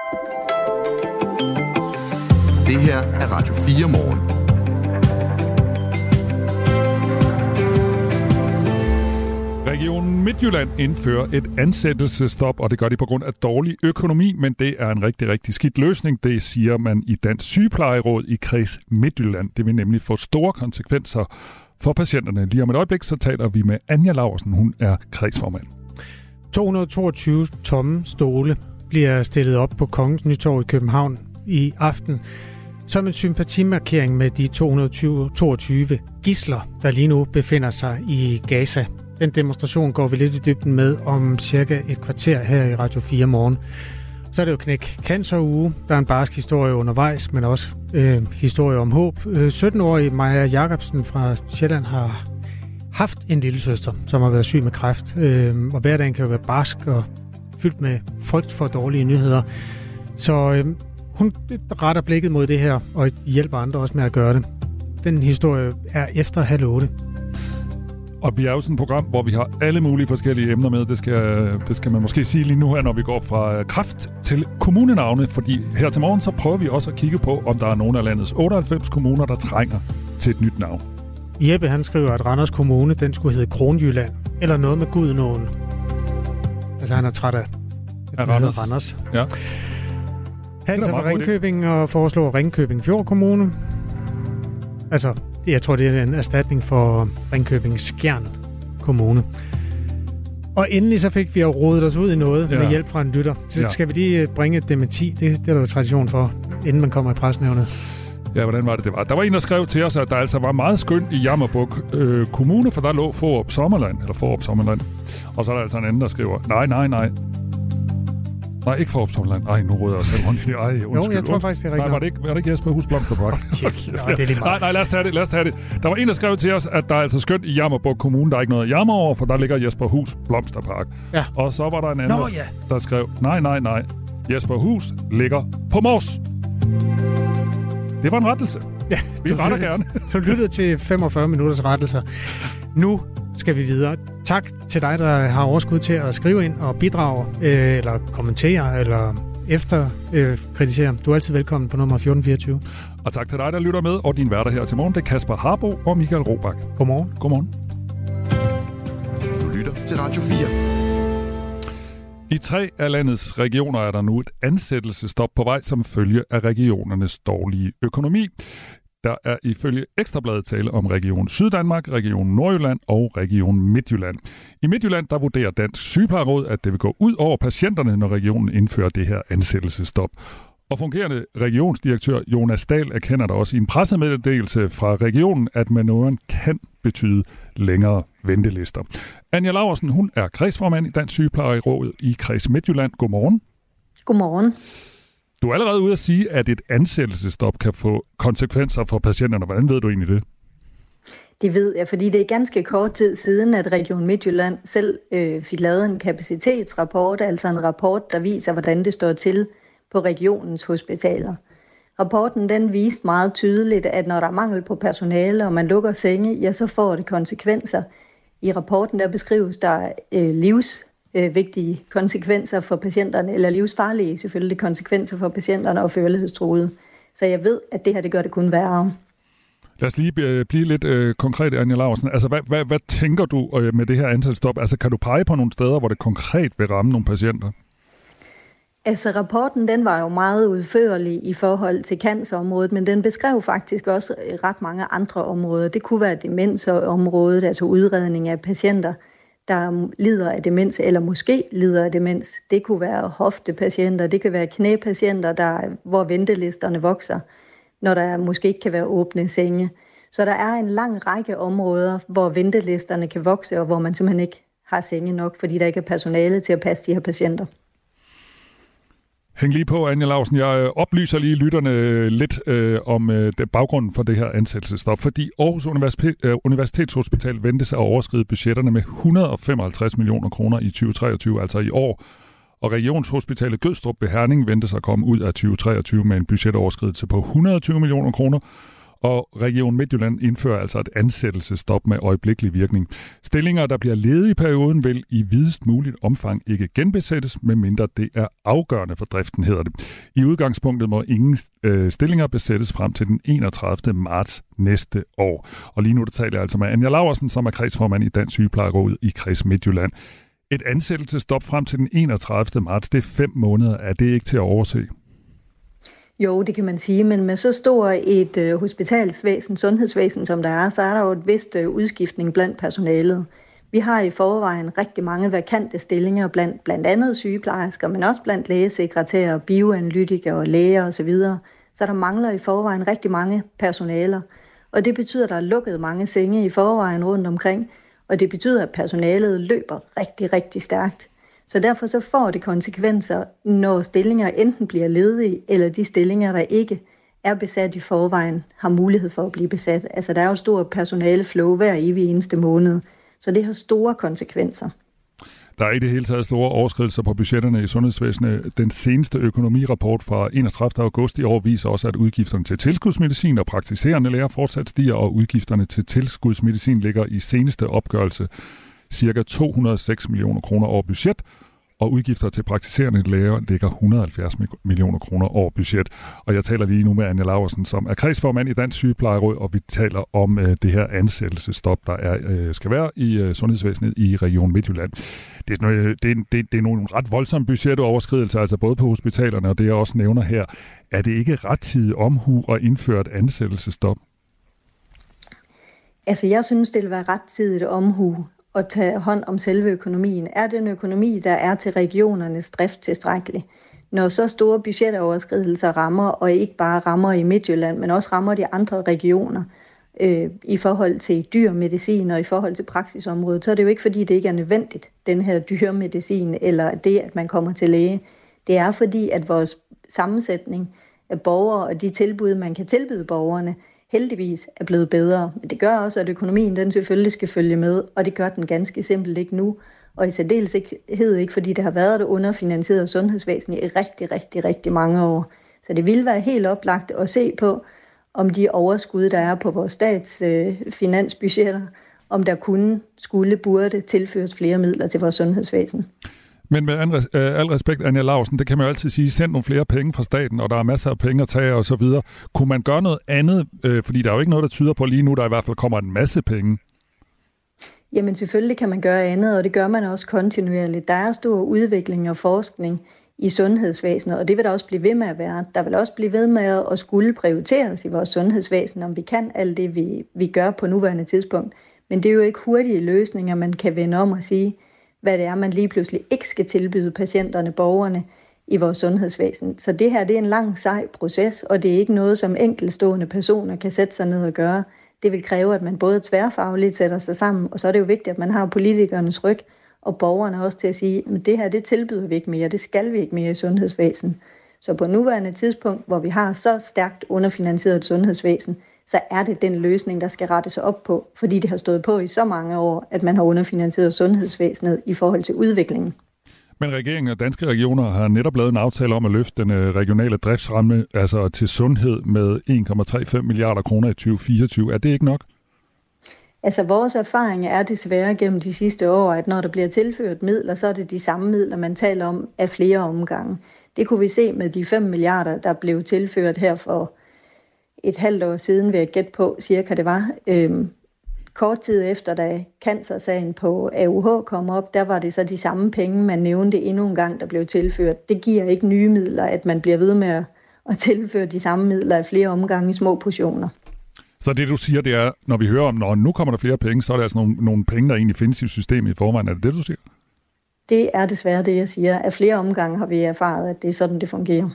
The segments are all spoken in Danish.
Det her er Radio 4 Morgen. Region Midtjylland indfører et ansættelsesstop, og det gør de på grund af dårlig økonomi, men det er en rigtig, rigtig skidt løsning. Det siger man i Dansk Sygeplejeråd i Kreds Midtjylland. Det vil nemlig få store konsekvenser for patienterne. Lige om et øjeblik, så taler vi med Anja Laursen. Hun er kredsformand. 222 tomme stole bliver stillet op på Kongens Nytorv i København i aften som en sympatimarkering med de 222 gidsler, der lige nu befinder sig i Gaza. Den demonstration går vi lidt i dybden med om cirka et kvarter her i Radio 4 Morgen. Så er det jo Knæk Cancer-uge. Der er en barsk historie undervejs, men også historie om håb. 17-årige Maja Jacobsen fra Sjælland har haft en lille søster, som har været syg med kræft. Og hverdagen kan jo være barsk og fyldt med frygt for dårlige nyheder. Så hun retter blikket mod det her, og hjælper andre også med at gøre det. Den historie er efter 7:30. Og vi er jo sådan et program, hvor vi har alle mulige forskellige emner med. Det skal man måske sige lige nu her, når vi går fra kræft til kommunenavne. Fordi her til morgen, så prøver vi også at kigge på, om der er nogle af landets 98 kommuner, der trænger til et nyt navn. Jeppe, han skriver, at Randers Kommune, den skulle hedde Kronjylland. Eller noget med Gudenåen. Altså, han er træt af Randers. Ja. Hans er fra Ringkøbing og foreslår Ringkøbing Fjord Kommune. Altså, jeg tror, det er en erstatning for Ringkøbing Skjern Kommune. Og endelig så fik vi jo rodet os ud i noget med hjælp fra en lytter. Så skal vi lige bringe et dementi. Det er der jo tradition for, inden man kommer i presnævnet. Ja, hvordan var det var? Der var en, der skrev til os, at der altså var meget skønt i Jammerbuk Kommune, for der lå Fårup Sommerland. Og så er der altså en anden, der skriver, nej. Nej, ikke Fårup Sommerland. Ej, nu rydder jeg selv rundt i det. Ej, undskyld. Jo, jeg tror faktisk, det er rigtigt. Nej, var det ikke Jesper Hus Blomsterpark? Nej, lad os tage det. Der var en, der skrev til os, at der er altså skønt i Jammerbuk Kommune. Der er ikke noget at jammer over, for der ligger Jesper Hus Blomsterpark. Ja. Og så var der en anden, der skrev, nej. Jesper Hus ligger på Mors. Det var en rettelse. Ja, vi retter gerne. Du lyttede til 45 minutters rettelser. Nu skal vi videre. Tak til dig, der har overskud til at skrive ind og bidrage, eller kommentere, eller kritisere. Du er altid velkommen på nummer 1424. Og tak til dig, der lytter med, og din værter her til morgen, det er Kasper Harbo og Michael Robach. Godmorgen. Du lytter til Radio 4. I 3 af landets regioner er der nu et ansættelsesstop på vej som følge af regionernes dårlige økonomi. Der er ifølge Ekstrabladet tale om Region Syddanmark, Region Nordjylland og Region Midtjylland. I Midtjylland der vurderer Dansk Sygeplejeråd, at det vil gå ud over patienterne, når regionen indfører det her ansættelsesstop. Og fungerende regionsdirektør Jonas Dahl erkender der også i en pressemeddelelse fra regionen, at manøvren kan betyde længere ventelister. Anja Laursen, hun er kredsformand i Dansk Sygeplejeråd i Kreds Midtjylland. Godmorgen. Godmorgen. Du er allerede ude at sige, at et ansættelsesstop kan få konsekvenser for patienterne. Hvordan ved du egentlig det? Det ved jeg, fordi det er ganske kort tid siden, at Region Midtjylland selv fik lavet en kapacitetsrapport, altså en rapport, der viser, hvordan det står til på regionens hospitaler. Rapporten den viste meget tydeligt, at når der er mangel på personale, og man lukker senge, ja, så får det konsekvenser. I rapporten der beskrives der livsvigtige konsekvenser for patienterne, eller livsfarlige selvfølgelig konsekvenser for patienterne og førlighedstruede. Så jeg ved, at det her det gør det kun værre. Lad os lige blive lidt konkret, Anja Laursen. Altså, hvad tænker du med det her ansættelsesstop? Altså, kan du pege på nogle steder, hvor det konkret vil ramme nogle patienter? Altså, rapporten den var jo meget udførlig i forhold til cancerområdet, men den beskrev faktisk også ret mange andre områder. Det kunne være demensområdet, altså udredning af patienter, der lider af demens, eller måske lider af demens. Det kunne være hoftepatienter, det kan være knæpatienter, hvor ventelisterne vokser, når der måske ikke kan være åbne senge. Så der er en lang række områder, hvor ventelisterne kan vokse, og hvor man simpelthen ikke har senge nok, fordi der ikke er personale til at passe de her patienter. Hæng lige på, Anja Laursen. Jeg oplyser lige lytterne lidt om baggrunden for det her ansættelsesstop, fordi Aarhus Universitetshospital ventes at overskride budgetterne med 155 millioner kroner i 2023, altså i år. Og Regionshospitalet Gødstrup ved Herning ventes at komme ud af 2023 med en budgetoverskridelse på 120 millioner kroner. Og Region Midtjylland indfører altså et ansættelsesstop med øjeblikkelig virkning. Stillinger, der bliver ledige i perioden, vil i videst muligt omfang ikke genbesættes, medmindre det er afgørende for driften, hedder det. I udgangspunktet må ingen stillinger besættes frem til den 31. marts næste år. Og lige nu der taler jeg altså med Anja Laursen, som er kredsformand i Dansk Sygeplejeråd i Kreds Midtjylland. Et ansættelsesstop frem til den 31. marts, det er 5 måneder. Er det ikke til at overse? Jo, det kan man sige, men med så stor et hospitalsvæsen, sundhedsvæsen som der er, så er der jo et vist udskiftning blandt personalet. Vi har i forvejen rigtig mange vakante stillinger blandt andet sygeplejersker, men også blandt lægesekretærer, bioanalytikere og læger osv. Så der mangler i forvejen rigtig mange personaler, og det betyder, at der er lukket mange senge i forvejen rundt omkring, og det betyder, at personalet løber rigtig, rigtig stærkt. Så derfor så får det konsekvenser, når stillinger enten bliver ledige, eller de stillinger, der ikke er besat i forvejen, har mulighed for at blive besat. Altså der er jo stor personaleflow hver evig eneste måned, så det har store konsekvenser. Der er i det hele taget store overskridelser på budgetterne i sundhedsvæsenet. Den seneste økonomirapport fra 31. august i år viser også, at udgifterne til tilskudsmedicin og praktiserende læger fortsat stiger, og udgifterne til tilskudsmedicin ligger i seneste opgørelse ca. 206 millioner kroner over budget, og udgifter til praktiserende læger ligger 170 millioner kroner over budget. Og jeg taler lige nu med Anja Laursen, som er kredsformand i Dansk Sygeplejeråd, og vi taler om det her ansættelsesstop, der skal være i sundhedsvæsenet i Region Midtjylland. Det er nogle ret voldsomme budgetoverskridelser, altså både på hospitalerne og det, jeg også nævner her. Er det ikke rettidig omhu at indføre et ansættelsesstop? Altså, jeg synes, det vil være rettidigt omhu at tage hånd om selve økonomien. Er den økonomi, der er til regionernes drift, tilstrækkelig? Når så store budgetoverskridelser rammer, og ikke bare rammer i Midtjylland, men også rammer de andre regioner i forhold til dyr medicin og i forhold til praksisområdet, så er det jo ikke, fordi det ikke er nødvendigt, den her dyre medicin, eller det, at man kommer til læge. Det er fordi, at vores sammensætning af borgere og de tilbud, man kan tilbyde borgerne, heldigvis er blevet bedre. Men det gør også, at økonomien den selvfølgelig skal følge med, og det gør den ganske simpelt ikke nu. Og i særdeleshed ikke, fordi det har været et underfinansieret sundhedsvæsen i rigtig mange år. Så det ville være helt oplagt at se på, om de overskud, der er på vores stats finansbudgetter, om der burde tilføres flere midler til vores sundhedsvæsen. Men med al respekt, Anja Laursen, det kan man jo altid sige, send nogle flere penge fra staten, og der er masser af penge at tage og så videre. Kunne man gøre noget andet? Fordi der er jo ikke noget, der tyder på lige nu, der i hvert fald kommer en masse penge. Jamen selvfølgelig kan man gøre andet, og det gør man også kontinuerligt. Der er stor udvikling og forskning i sundhedsvæsenet, og det vil der også blive ved med at være. Der vil også blive ved med at skulle prioriteres i vores sundhedsvæsen, om vi kan alt det, vi gør på nuværende tidspunkt. Men det er jo ikke hurtige løsninger, man kan vende om og sige, hvad det er, man lige pludselig ikke skal tilbyde patienterne, borgerne i vores sundhedsvæsen. Så det her, det er en lang, sej proces, og det er ikke noget, som enkeltstående personer kan sætte sig ned og gøre. Det vil kræve, at man både tværfagligt sætter sig sammen, og så er det jo vigtigt, at man har politikernes ryg, og borgerne også til at sige, at det her, det tilbyder vi ikke mere, det skal vi ikke mere i sundhedsvæsen. Så på nuværende tidspunkt, hvor vi har så stærkt underfinansieret et sundhedsvæsen, så er det den løsning, der skal rette sig op på, fordi det har stået på i så mange år, at man har underfinansieret sundhedsvæsenet i forhold til udviklingen. Men regeringen og danske regioner har netop lavet en aftale om at løfte den regionale driftsramme altså til sundhed med 1,35 milliarder kroner i 2024. Er det ikke nok? Altså vores erfaring er desværre gennem de sidste år, at når der bliver tilført midler, så er det de samme midler, man taler om af flere omgange. Det kunne vi se med de 5 milliarder, der blev tilført her for et halvt år siden, vil jeg gætte på, cirka det var. Kort tid efter, da cancersagen på AUH kom op, der var det så de samme penge, man nævnte endnu en gang, der blev tilført. Det giver ikke nye midler, at man bliver ved med at tilføre de samme midler i flere omgange i små portioner. Så det du siger, det er, når vi hører om, når nu kommer der flere penge, så er det altså nogle penge, der egentlig findes i systemet i forvejen. Er det det, du siger? Det er desværre det, jeg siger. Af flere omgange har vi erfaret, at det er sådan, det fungerer.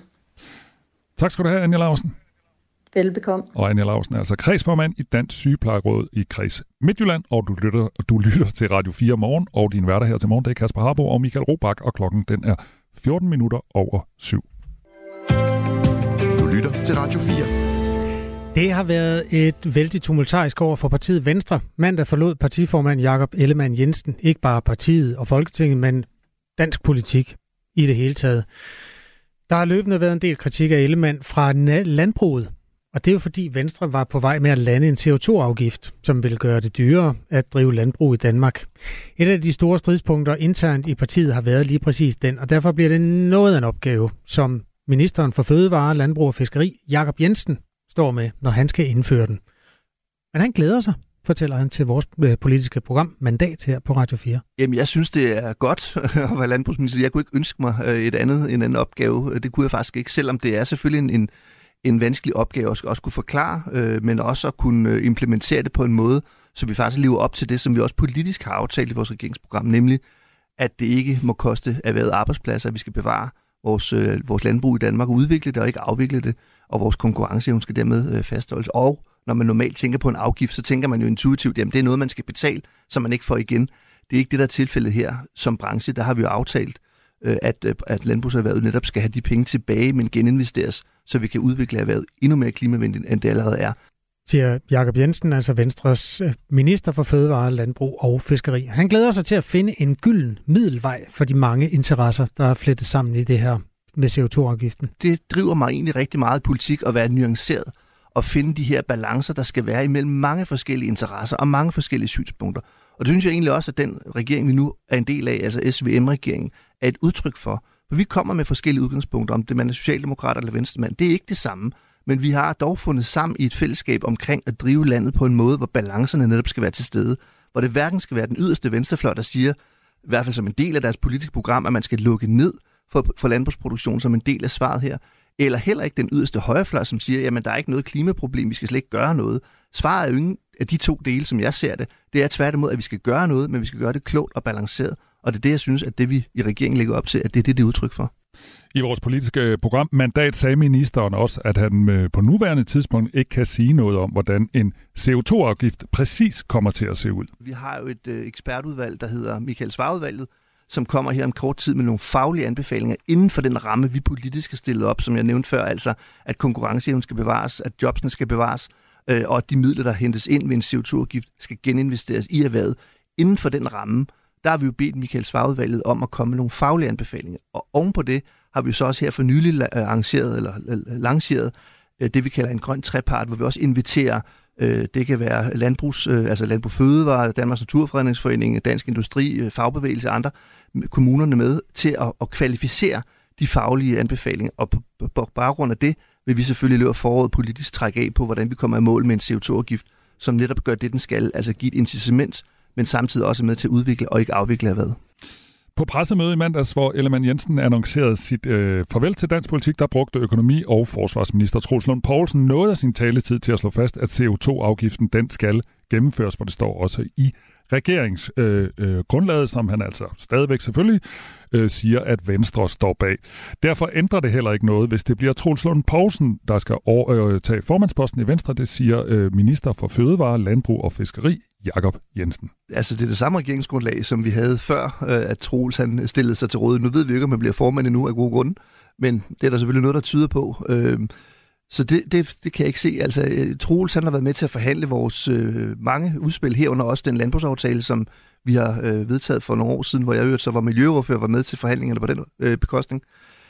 Tak skal du have, Anja Laursen. Velbekomme. Og Anja Laursen er altså kredsformand i Dansk Sygeplejeråd i Kreds Midtjylland, og du lytter til Radio 4 morgen, og din værter her til morgen, det er Kasper Harbo og Michael Robach, og klokken den er 14 minutter over 7. Du lytter til Radio 4. Det har været et vældig tumultarisk år for partiet Venstre. Mandag forlod partiformand Jakob Ellemann-Jensen ikke bare partiet og Folketinget, men dansk politik i det hele taget. Der har løbende været en del kritik af Ellemann fra landbruget. Og det er jo fordi Venstre var på vej med at lande en CO2-afgift, som ville gøre det dyrere at drive landbrug i Danmark. Et af de store stridspunkter internt i partiet har været lige præcis den, og derfor bliver det noget af en opgave, som ministeren for Fødevare, Landbrug og Fiskeri, Jakob Jensen, står med, når han skal indføre den. Men han glæder sig, fortæller han til vores politiske program Mandat her på Radio 4. Jamen, jeg synes, det er godt at være landbrugsminister. Jeg kunne ikke ønske mig en anden opgave. Det kunne jeg faktisk ikke, selvom det er selvfølgelig en vanskelig opgave at også kunne forklare, men også at kunne implementere det på en måde, så vi faktisk lever op til det, som vi også politisk har aftalt i vores regeringsprogram, nemlig at det ikke må koste erhvervet arbejdspladser, at vi skal bevare vores landbrug i Danmark og udvikle det og ikke afvikle det, og vores konkurrenceevne skal dermed fastholdes. Og når man normalt tænker på en afgift, så tænker man jo intuitivt, jamen det er noget, man skal betale, så man ikke får igen. Det er ikke det, der er tilfældet her som branche. Der har vi jo aftalt, at landbrugserhvervet netop skal have de penge tilbage, men geninvesteres, så vi kan udvikle erhvervet endnu mere klimavenligt, end det allerede er. Siger Jakob Jensen, altså Venstres minister for Fødevare, Landbrug og Fiskeri. Han glæder sig til at finde en gylden middelvej for de mange interesser, der er flettet sammen i det her med CO2-afgiften. Det driver mig egentlig rigtig meget i politik at være nuanceret og finde de her balancer, der skal være imellem mange forskellige interesser og mange forskellige synspunkter. Og det synes jeg egentlig også, at den regering, vi nu er en del af, altså SVM-regeringen, er et udtryk for. For vi kommer med forskellige udgangspunkter, om det man er socialdemokrat eller venstremand. Det er ikke det samme, men vi har dog fundet sammen i et fællesskab omkring at drive landet på en måde, hvor balancerne netop skal være til stede. Hvor det hverken skal være den yderste venstrefløj, der siger, i hvert fald som en del af deres politiske program, at man skal lukke ned for landbrugsproduktion som en del af svaret her, eller heller ikke den yderste højrefløj, som siger, jamen der er ikke noget klimaproblem, vi skal slet ikke gøre noget. Svaret er jo ingen af de to dele, som jeg ser det. Det er tværtimod, at vi skal gøre noget, men vi skal gøre det klogt og balanceret. Og det er det, jeg synes, at det vi i regeringen lægger op til, at det er det er udtryk for. I vores politiske program Mandat sagde ministeren også, at han på nuværende tidspunkt ikke kan sige noget om, hvordan en CO2-afgift præcis kommer til at se ud. Vi har jo et ekspertudvalg, der hedder Michael Svarer-udvalget, som kommer her om kort tid med nogle faglige anbefalinger inden for den ramme, vi politisk har stillet op, som jeg nævnte før, altså at konkurrenceevnen skal bevares, at jobsene skal bevares, og at de midler, der hentes ind ved en CO2-afgift, skal geninvesteres i erhvervet. Inden for den ramme, der har vi jo bedt Michael Svarer-udvalget om at komme med nogle faglige anbefalinger. Og ovenpå det har vi jo så også her for nylig lanceret det, vi kalder en grøn trepart, hvor vi også inviterer, det kan være Landbrug Fødevare, Danmarks Naturfredningsforening, Dansk Industri, fagbevægelse og andre kommunerne med til at kvalificere de faglige anbefalinger. Og på baggrund af det vil vi selvfølgelig i løbet af foråret politisk trække af på, hvordan vi kommer i mål med en CO2-afgift, som netop gør det, den skal, altså give et incitament, men samtidig også med til at udvikle og ikke afvikle erhvervet. På pressemødet i mandags, hvor Ellemann Jensen annoncerede sit farvel til dansk politik, der brugte økonomi- og forsvarsminister Troels Lund Poulsen noget af sin taletid til at slå fast, at CO2-afgiften den skal gennemføres, for det står også i regeringsgrundlaget, som han altså stadigvæk selvfølgelig siger, at Venstre står bag. Derfor ændrer det heller ikke noget, hvis det bliver Troels Lund Poulsen, der skal tage formandsposten i Venstre. Det siger minister for Fødevare, Landbrug og Fiskeri, Jakob Jensen. Altså det er det samme regeringsgrundlag, som vi havde før, at Troels han stillede sig til råd. Nu ved vi ikke, om han bliver formand endnu af gode grunde, men det er der selvfølgelig noget, der tyder på. Så det kan jeg ikke se. Altså Troels han har været med til at forhandle vores mange udspil herunder også den landbrugsaftale, som vi har vedtaget for nogle år siden, hvor jeg så var miljøordfører var med til forhandlingerne på den bekostning.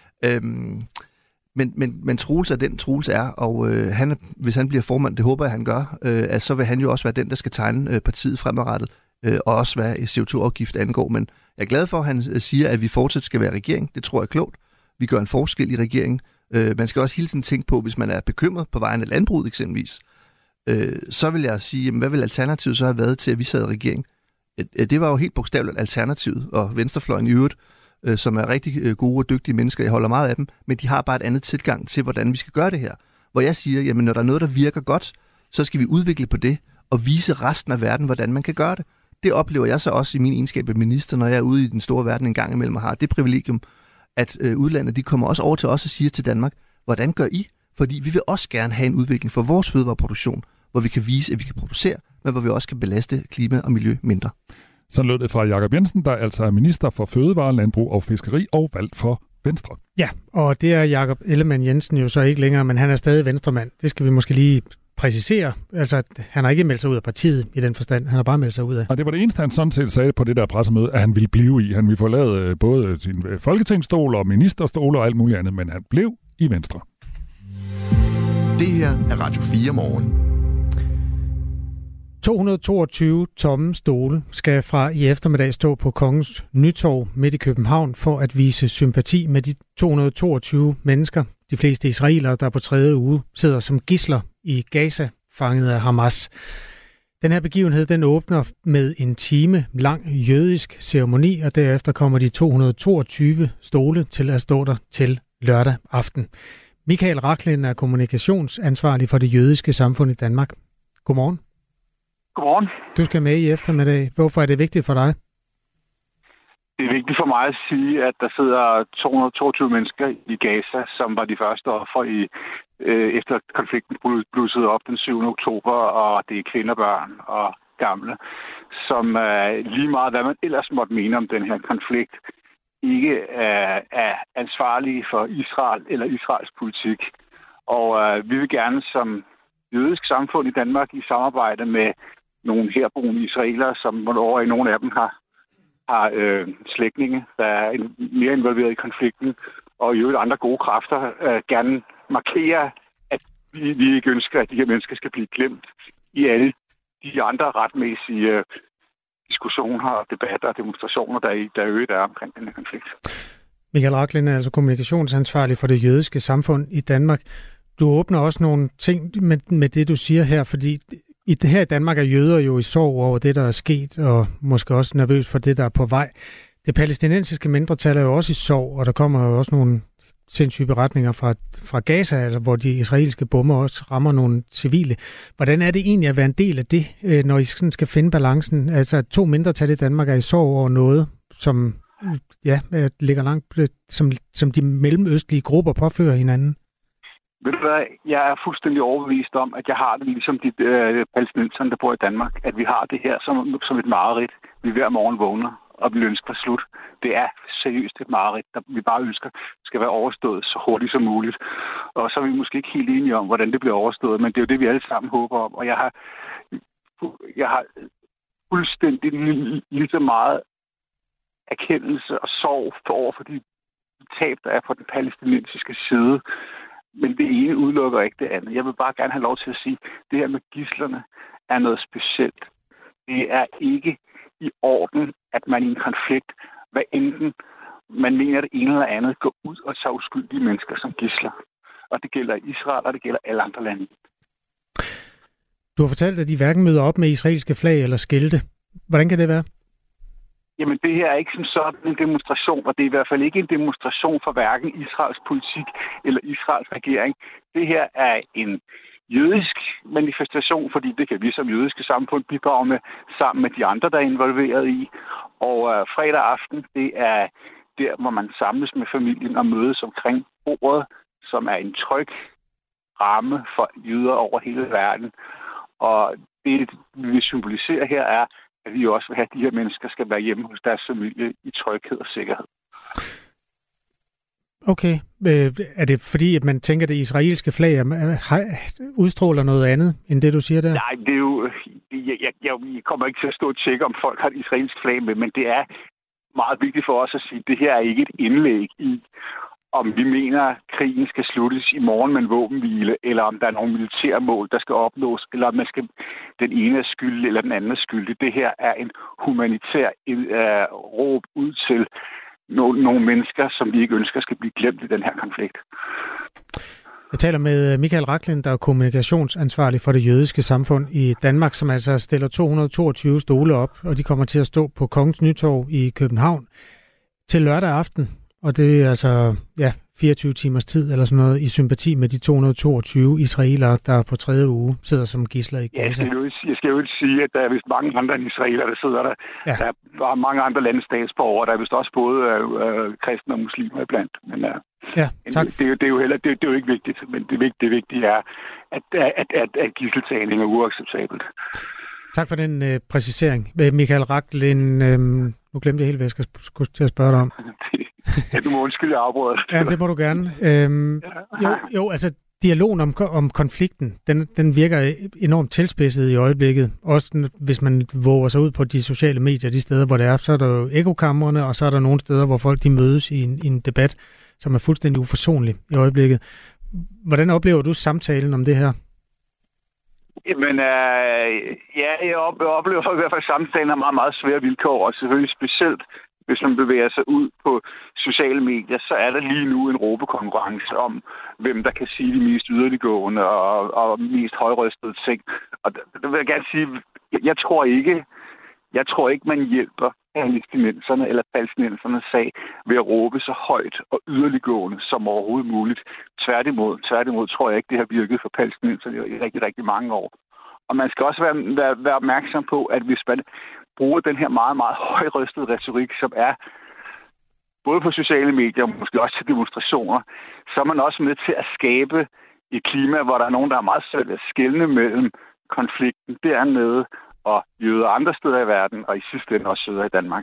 Men Troels er den, Troels er, og hvis han bliver formand, det håber jeg, han gør, så vil han jo også være den, der skal tegne partiet fremadrettet, og også hvad CO2-afgift angår. Men jeg er glad for, at han siger, at vi fortsat skal være regering. Det tror jeg er klogt. Vi gør en forskel i regeringen. Man skal også hele tiden tænke på, hvis man er bekymret på vejen af landbruget eksempelvis, så vil jeg sige, jamen, hvad vil alternativet så have været til, at vi sad i regering? Det var jo helt bogstaveligt alternativet, og venstrefløjen i øvrigt, som er rigtig gode og dygtige mennesker. Jeg holder meget af dem, men de har bare et andet tilgang til, hvordan vi skal gøre det her. Hvor jeg siger, jamen når der er noget, der virker godt, så skal vi udvikle på det og vise resten af verden, hvordan man kan gøre det. Det oplever jeg så også i min egenskab af minister, når jeg er ude i den store verden en gang imellem og har det privilegium, at udlandet de kommer også over til os og siger til Danmark, hvordan gør I? Fordi vi vil også gerne have en udvikling for vores fødevareproduktion, hvor vi kan vise, at vi kan producere, men hvor vi også kan belaste klima og miljø mindre. Sådan lød det fra Jakob Jensen, der altså er minister for Fødevare, Landbrug og Fiskeri og valgt for Venstre. Ja, og det er Jakob Ellemann Jensen jo så ikke længere, men han er stadig venstremand. Det skal vi måske lige præcisere. Altså, han har ikke meldt sig ud af partiet i den forstand. Han har bare meldt sig ud af. Og det var det eneste, han sådan set sagde på det der pressemøde, at han ville blive i. Han ville forlade både sin folketingsstol og ministerstol og alt muligt andet, men han blev i Venstre. Det her er Radio 4 morgen. 222 tomme stole skal fra i eftermiddag stå på Kongens Nytorv midt i København for at vise sympati med de 222 mennesker, de fleste israelere, der på 3. uge sidder som gidsler i Gaza, fanget af Hamas. Den her begivenhed, den åbner med en time lang jødisk ceremoni, og derefter kommer de 222 stole til at stå der til lørdag aften. Michael Rachlin er kommunikationsansvarlig for det jødiske samfund i Danmark. Godmorgen. Godmorgen. Du skal med i eftermiddag. Hvorfor er det vigtigt for dig? Det er vigtigt for mig at sige, at der sidder 222 mennesker i Gaza, som var de første offer efter konflikten blussede op den 7. oktober, og det er kvinder, børn og gamle, som lige meget hvad man ellers måtte mene om den her konflikt, ikke er ansvarlige for Israel eller Israels politik. Og vi vil gerne som jødisk samfund i Danmark i samarbejde med nogle herboende israelere, som hvornår nogle af dem har slægtninge, der er mere involveret i konflikten, og i øvrigt andre gode kræfter, gerne markere, at vi ikke ønsker, at de her mennesker skal blive glemt i alle de andre retmæssige diskussioner og debatter og demonstrationer, der øvrigt er omkring den her konflikt. Michael Rachlin er altså kommunikationsansvarlig for det jødiske samfund i Danmark. Du åbner også nogle ting med det, du siger her, fordi her i Danmark er jøder jo i sorg over det, der er sket, og måske også nervøs for det, der er på vej. Det palæstinensiske mindretal er jo også i sorg, og der kommer jo også nogle sindssyge beretninger fra Gaza, altså, hvor de israelske bomber også rammer nogle civile. Hvordan er det egentlig at være en del af det, når I sådan skal finde balancen? Altså, 2 mindretal i Danmark er i sorg over noget, som ligger langt, som de mellemøstlige grupper påfører hinanden? Ved du hvad, jeg er fuldstændig overbevist om, at jeg har det ligesom de palæstinenserne, der bor i Danmark, at vi har det her som et mareridt. Vi hver morgen vågner, og vi ønsker slut. Det er seriøst et mareridt, der vi bare ønsker skal være overstået så hurtigt som muligt. Og så er vi måske ikke helt enige om, hvordan det bliver overstået, men det er jo det, vi alle sammen håber om. Og jeg har fuldstændig lige så meget erkendelse og sorg over for de tab, der er på den palæstinensiske side. Men det ene udelukker ikke det andet. Jeg vil bare gerne have lov til at sige, at det her med gidslerne er noget specielt. Det er ikke i orden, at man i en konflikt, hvad enten man mener det ene eller andet, går ud og tager uskyldige mennesker som gidsler. Og det gælder Israel, og det gælder alle andre lande. Du har fortalt, at de hverken møder op med israelske flag eller skilte. Hvordan kan det være? Jamen, det her er ikke som sådan en demonstration, og det er i hvert fald ikke en demonstration for hverken Israels politik eller Israels regering. Det her er en jødisk manifestation, fordi det kan vi som jødiske samfund bidrage med, sammen med de andre, der er involveret i. Og fredag aften, det er der, hvor man samles med familien og mødes omkring bordet, som er en tryg ramme for jøder over hele verden. Og det, vi symboliserer her, er, at vi også vil have, at de her mennesker skal være hjemme hos deres familie i tryghed og sikkerhed. Okay. Er det fordi, at man tænker, at det israelske flag udstråler noget andet, end det, du siger der? Nej, det er jo... Jeg kommer ikke til at stå og tjekke, om folk har et israelsk flag med, men det er meget vigtigt for os at sige, at det her er ikke et indlæg i, om vi mener, at krigen skal sluttes i morgen med en våbenhvile, eller om der er nogle militære mål, der skal opnås, eller om man skal, den ene er skyldig, eller den anden er skyldig. Det her er en humanitær råb ud til nogle mennesker, som vi ikke ønsker skal blive glemt i den her konflikt. Jeg taler med Michael Rachlin, der er kommunikationsansvarlig for det jødiske samfund i Danmark, som altså stiller 222 stole op, og de kommer til at stå på Kongens Nytorv i København til lørdag aften. Og det er altså 24 timers tid eller sådan noget i sympati med de 222 israelere, der på 3. uge sidder som gidsler i Gaza. Jeg skal jo ikke sige, at der er vist mange andre end israelere, der sidder der. Ja. Der er mange andre landes statsborgere. Der er vist også både kristne og muslimer iblandt. Men tak. Det er jo ikke vigtigt, men det vigtige er, at gidseltagning er uacceptabelt. Tak for den præcisering. Michael Rachlin, nu glemte jeg helt, hvad jeg skulle til at spørge dig om. Ja, du må undskylde, jeg afbryder det. Ja, det må du gerne. Altså dialogen om konflikten, den virker enormt tilspidset i øjeblikket. Også hvis man våger sig ud på de sociale medier, de steder, hvor det er, så er der jo ekokamrene, og så er der nogle steder, hvor folk de mødes i en debat, som er fuldstændig uforsonlig i øjeblikket. Hvordan oplever du samtalen om det her? Jamen, jeg oplever i hvert fald samtalen har meget, meget svære vilkår, og selvfølgelig specielt, hvis man bevæger sig ud på sociale medier, så er der lige nu en råbekonkurrence om, hvem der kan sige de mest yderliggående og mest højrøstede ting. Og det vil jeg gerne sige, jeg tror ikke, man hjælper palæstinenserne eller palæstinensernes sag ved at råbe så højt og yderliggående som overhovedet muligt. Tværtimod tror jeg ikke, det har virket for palæstinenserne i rigtig, rigtig mange år. Og man skal også være opmærksom på, at hvis man bruger den her meget, meget højrøstede retorik, som er både på sociale medier og måske også til demonstrationer, så er man også med til at skabe et klima, hvor der er nogen, der er meget svært at skelne mellem konflikten dernede og jøder andre steder i verden, og i sidste ende også jøder i Danmark.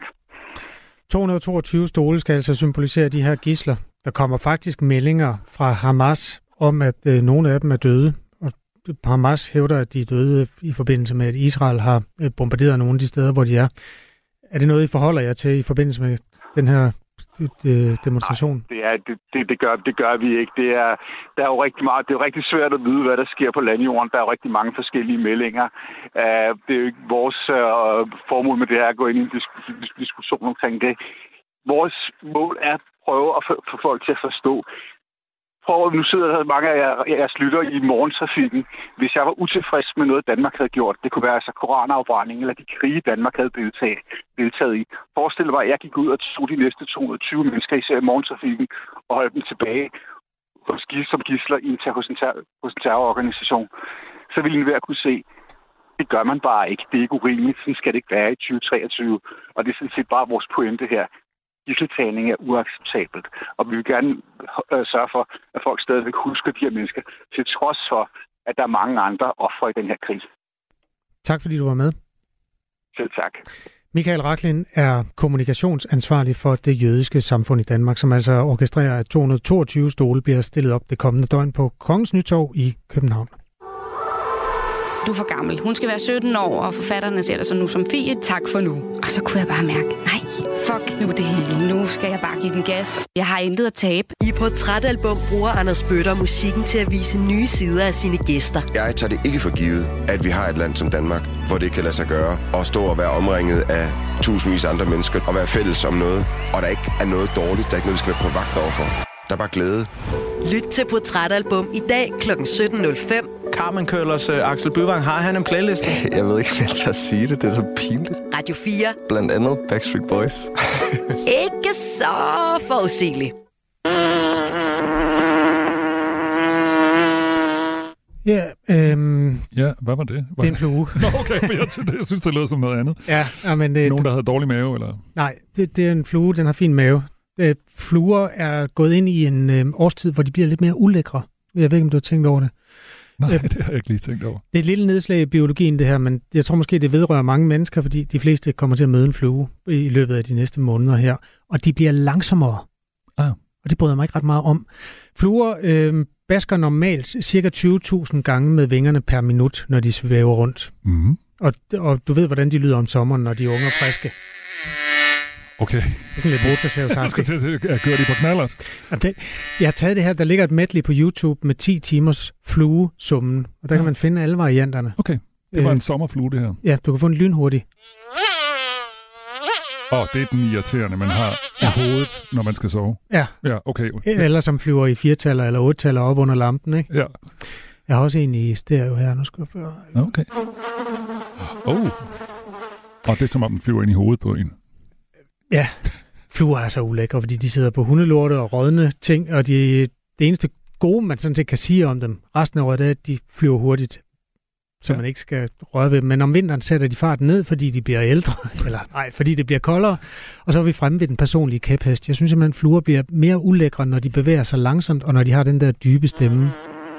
222 stole skal altså symbolisere de her gidsler. Der kommer faktisk meldinger fra Hamas om, at nogle af dem er døde. Og Hamas hævder, at de er døde i forbindelse med, at Israel har bombarderet nogle af de steder, hvor de er. Er det noget, I forholder jer til i forbindelse med den her demonstration? Nej, det gør vi ikke. Der er jo rigtig meget. Det er jo rigtig svært at vide, hvad der sker på landjorden. Der er jo rigtig mange forskellige meldinger. Det er jo ikke vores formål med det her at gå ind i en diskussion omkring det. Vores mål er at prøve at få folk til at forstå. Nu sidder der mange af jeres lytter i morgentrafikken. Hvis jeg var utilfreds med noget, Danmark havde gjort, det kunne være altså koranafbrænding eller de krige, Danmark havde deltaget i. Forestil dig, at jeg gik ud og tog de næste 220 mennesker, især i morgentrafikken, og holdt dem tilbage som gidsler hos en terrororganisation. Så ville enhver kunne se, det gør man bare ikke. Det er ikke urimeligt. Sådan skal det ikke være i 2023. Og det er sådan set bare vores pointe her. Gidseltagning er uacceptabelt, og vi vil gerne sørge for, at folk stadigvæk husker de her mennesker, til trods for, at der er mange andre ofre i den her krig. Tak fordi du var med. Selv tak. Michael Rachlin er kommunikationsansvarlig for det jødiske samfund i Danmark, som altså orkestrerer, at 222 stole bliver stillet op det kommende døgn på Kongens Nytorv i København. Du er for gammel. Hun skal være 17 år, og forfatterne ser dig så nu som Fie. Tak for nu. Og så kunne jeg bare mærke, nej, fuck nu det hele. Nu skal jeg bare give den gas. Jeg har intet at tabe. I Portrætalbum bruger Anders Bøtter musikken til at vise nye sider af sine gæster. Jeg tager det ikke for givet, at vi har et land som Danmark, hvor det kan lade sig gøre at stå og være omringet af tusindvis af andre mennesker og være fælles om noget, og der ikke er noget dårligt, der er ikke noget, vi skal være på vagt overfor. Der er bare glæde. Lyt til Portrætalbum i dag kl. 17.05. Carmen Køllers Axel Byvang, har han en playliste? Jeg ved ikke, hvad jeg tør sige det. Det er så pinligt. Radio 4. Blandt andet Backstreet Boys. Ikke så forudsigeligt. Ja, ja, hvad var det? Det er en flue. Nå, okay, for jeg synes, det lød som noget andet. Ja, men nogen, der havde dårlig mave, eller? Nej, det er en flue, den har fin mave. Fluer er gået ind i en årstid, hvor de bliver lidt mere ulækre. Jeg ved ikke, om du har tænkt over det. Nej, det har jeg ikke lige tænkt over. Det er et lille nedslag i biologien, det her, men jeg tror måske, det vedrører mange mennesker, fordi de fleste kommer til at møde en flue i løbet af de næste måneder her, og de bliver langsommere. Og det bryder mig ikke ret meget om. Fluer basker normalt ca. 20.000 gange med vingerne per minut, når de svæver rundt. Mm-hmm. Og du ved, hvordan de lyder om sommeren, når de er unge og friske. Okay. Det er sådan lidt rotasavsagtigt. Kører de på knallert? Jeg har taget det her, der ligger et medley på YouTube med 10 timers fluesummen, og der kan man finde alle varianterne. Okay, det var en sommerflue, det her. Ja, du kan få en lynhurtig. Det er den irriterende, man har i hovedet, når man skal sove. Ja. Ja, okay. Eller som flyver i 4-taller eller 8-taller op under lampen, ikke? Ja. Jeg har også en i stereo her, nu skal jeg føre. Okay. Og det er som om den flyver ind i hovedet på en. Ja, fluer er så ulækre, fordi de sidder på hundelorte og rådne ting, og det eneste gode, man sådan set kan sige om dem resten af året, er, at de flyver hurtigt, så man ikke skal røre ved dem. Men om vinteren sætter de farten ned, fordi de bliver ældre, fordi det bliver koldere, og så er vi fremme ved den personlige kæphest. Jeg synes simpelthen, at fluer bliver mere ulækre, når de bevæger sig langsomt, og når de har den der dybe stemme.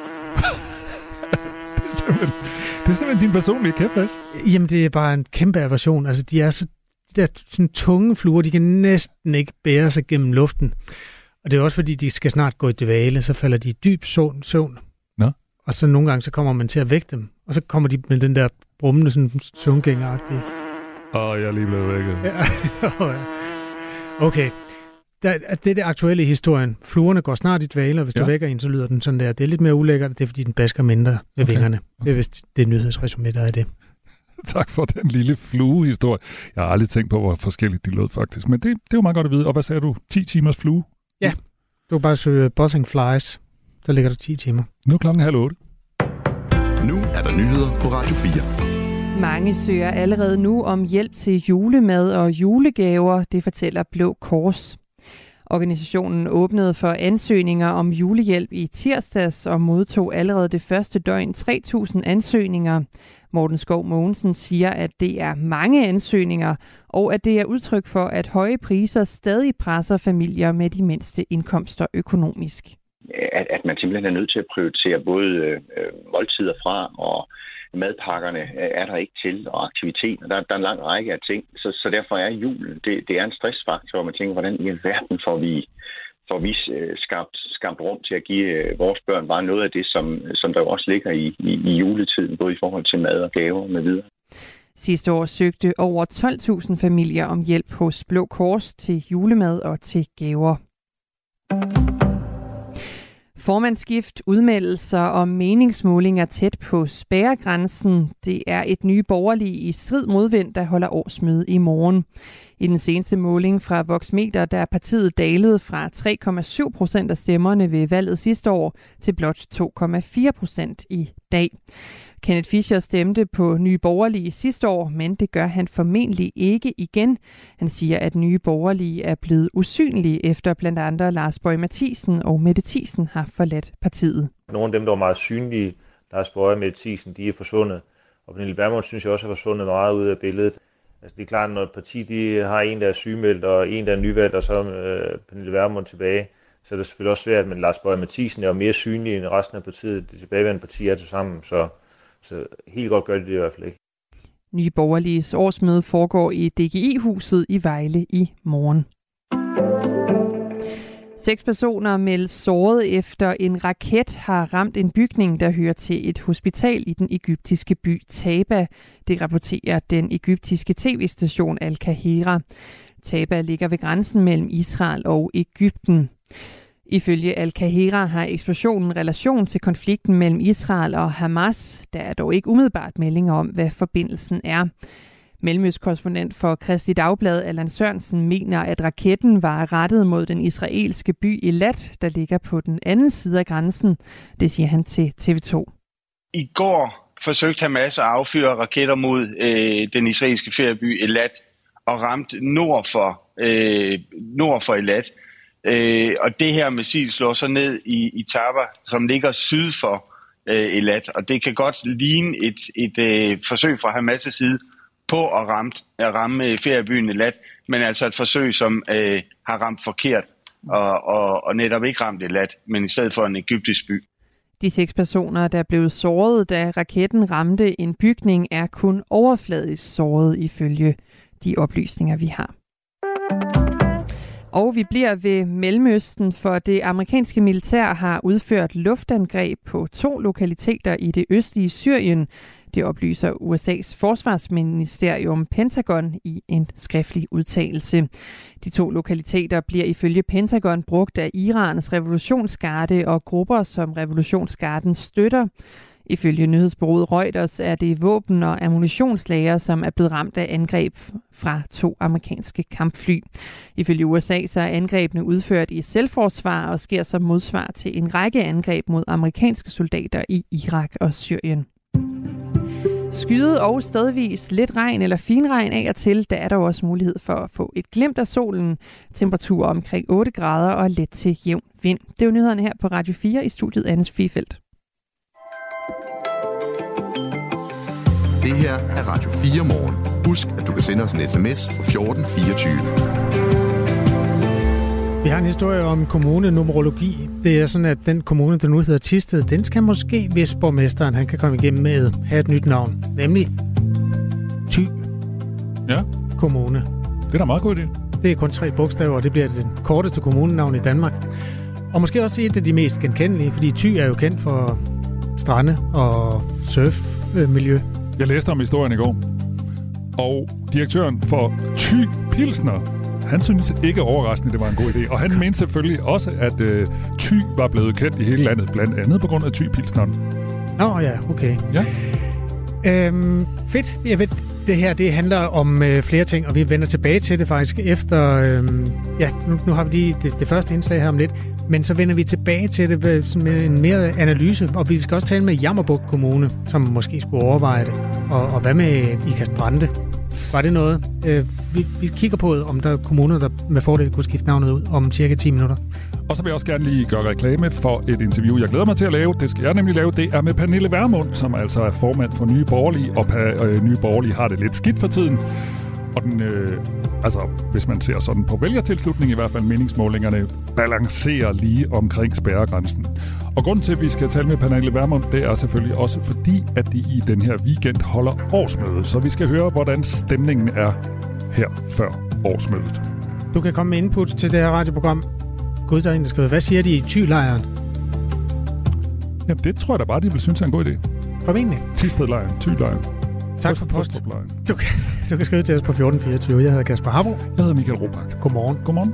Det er simpelthen din personlige kæphest? Jamen, det er bare en kæmpe aversion. Altså, de er så de der sådan tunge fluer, de kan næsten ikke bære sig gennem luften. Og det er også fordi, de skal snart gå i dvale, så falder de i dyb søvn. Nå. Og så nogle gange, så kommer man til at vække dem. Og så kommer de med den der brummende, sådan søvngængeragtige. Jeg er lige blevet vækket. Ja. Okay. det er det aktuelle i historien. Fluerne går snart i dvale, og hvis du vækker en, så lyder den sådan der. Det er lidt mere ulækkert, det er fordi, den basker mindre med vingerne. Det er vist det nyhedsresumé, der er det. Tak for den lille fluehistorie. Jeg har aldrig tænkt på, hvor forskelligt de lød faktisk. Men det er jo meget godt at vide. Og hvad sagde du? 10 timers flue? Ja, du kan bare søge buzzing flies. Der ligger der 10 timer. Nu er klokken 7:30. Nu er der nyheder på Radio 4. Mange søger allerede nu om hjælp til julemad og julegaver, det fortæller Blå Kors. Organisationen åbnede for ansøgninger om julehjælp i tirsdags og modtog allerede det første døgn 3.000 ansøgninger. Morten Skov Mogensen siger, at det er mange ansøgninger, og at det er udtryk for, at høje priser stadig presser familier med de mindste indkomster økonomisk. At man simpelthen er nødt til at prioritere både måltider fra, og madpakkerne er der ikke til, og aktiviteter. Der er en lang række af ting, så derfor er julen, det er en stressfaktor, og man tænker, hvordan i alverden får vi skabt rum til at give vores børn bare noget af det, som der også ligger i juletiden, både i forhold til mad og gaver med videre. Sidste år søgte over 12.000 familier om hjælp hos Blå Kors til julemad og til gaver. Formandsskift, udmeldelser og meningsmålinger tæt på spærregrænsen. Det er et Nye Borgerlige i strid modvind, der holder årsmøde i morgen. I den seneste måling fra Voxmeter, der er partiet dalet fra 3,7% af stemmerne ved valget sidste år til blot 2,4% i dag. Kenneth Fischer stemte på Nye Borgerlige sidste år, men det gør han formentlig ikke igen. Han siger, at Nye Borgerlige er blevet usynlige efter blandt andre Lars Boje Mathiesen og Mette Thiesen har forladt partiet. Nogle af dem, der var meget synlige, Lars Boje og Mette Thiesen, de er forsvundet. Og Pernille Vermund synes jeg også er forsvundet meget ud af billedet. Altså, det er klart, når et parti de har en, der er sygemeldt, og en, der er nyvalgt, og så Pernille Vermund tilbage, så er det selvfølgelig også svært, men Lars Boje Mathiesen er jo mere synlig end resten af partiet. Det tilbageværende parti er til sammen, så helt godt gør det i hvert fald ikke. Nye Borgerliges årsmøde foregår i DGI-huset i Vejle i morgen. 6 personer meldes såret efter en raket har ramt en bygning, der hører til et hospital i den egyptiske by Taba. Det rapporterer den egyptiske tv-station Al Kahira. Taba ligger ved grænsen mellem Israel og Egypten. Ifølge Al Kahira har eksplosionen relation til konflikten mellem Israel og Hamas. Der er dog ikke umiddelbart meldinger om, hvad forbindelsen er. Mellemøstkorrespondent for Kristeligt Dagblad Allan Sørensen mener, at raketten var rettet mod den israelske by Eilat, der ligger på den anden side af grænsen. Det siger han til TV2. I går forsøgte Hamas at affyre raketter mod den israelske ferieby Eilat og ramte nord for Eilat. Og det her missil slår så ned i Taba, som ligger syd for Eilat. Og det kan godt ligne et forsøg fra Hamas' side på at ramme feriebyen Eilat, men altså et forsøg, som har ramt forkert og netop ikke ramt Eilat, men i stedet for en egyptisk by. De 6 personer, der blev såret, da raketten ramte en bygning, er kun overfladisk såret ifølge de oplysninger, vi har. Og vi bliver ved Mellemøsten, for det amerikanske militær har udført luftangreb på 2 lokaliteter i det østlige Syrien. Det oplyser USA's forsvarsministerium Pentagon i en skriftlig udtalelse. De 2 lokaliteter bliver ifølge Pentagon brugt af Irans revolutionsgarde og grupper, som revolutionsgarden støtter. Ifølge nyhedsbureauet Reuters er det våben- og ammunitionslager, som er blevet ramt af angreb fra 2 amerikanske kampfly. Ifølge USA så er angrebene udført i selvforsvar og sker som modsvar til en række angreb mod amerikanske soldater i Irak og Syrien. Skyet og stedvis lidt regn eller finregn af og til, der er der også mulighed for at få et glimt af solen. Temperatur omkring 8 grader og let til jævn vind. Det er jo nyhederne her på Radio 4 i studiet Anne Sofie Feldt. Det her er Radio 4 morgen. Husk, at du kan sende os en sms på 1424. Vi har en historie om kommunenumerologi. Det er sådan, at den kommune, der nu hedder Thisted, den skal måske, hvis borgmesteren han kan komme igennem med, have et nyt navn. Nemlig Thy Kommune. Det er da meget god idé. Det er kun 3 bogstaver, og det bliver det korteste kommunenavn i Danmark. Og måske også et af de mest genkendelige, fordi Thy er jo kendt for strande og surfmiljø. Jeg læste om historien i går, og direktøren for Thy Pilsner, Han synes ikke overraskende, det var en god idé. Og han mente selvfølgelig også, at Thy var blevet kendt i hele landet, blandt andet på grund af Thy-pilsneren. Nå ja, okay. Ja. Fedt. Jeg ved, det her det handler om flere ting, og vi vender tilbage til det faktisk efter... nu har vi lige det første indslag her om lidt, men så vender vi tilbage til det med en mere analyse, og vi skal også tale med Jammerbugt Kommune, som måske skulle overveje det. Og hvad med Ikast Brande? Var det noget? Vi kigger på, om der er kommuner, der med fordel kunne skifte navnet ud om cirka 10 minutter. Og så vil jeg også gerne lige gøre reklame for et interview, jeg glæder mig til at lave. Det skal jeg nemlig lave. Det er med Pernille Vermund, som altså er formand for Nye Borgerlige, og Nye Borgerlige har det lidt skidt for tiden. Og den, hvis man ser sådan på vælgertilslutning, i hvert fald meningsmålingerne, balancerer lige omkring spærregrænsen. Og grunden til, at vi skal tale med Pernille Vermund, det er selvfølgelig også fordi, at de i den her weekend holder årsmøde. Så vi skal høre, hvordan stemningen er her før årsmødet. Du kan komme med input til det her radioprogram. Gud, der er en, der skriver, hvad siger de i Thy-lejren? Jamen, det tror jeg da bare, de vil synes er en god idé. Formentlig. Thisted-lejren, Thy-lejren. Tak for post. Du kan skrive til os på 1424. Jeg hedder Kasper Harbo. Jeg hedder Michael Robach. Godmorgen. Godmorgen.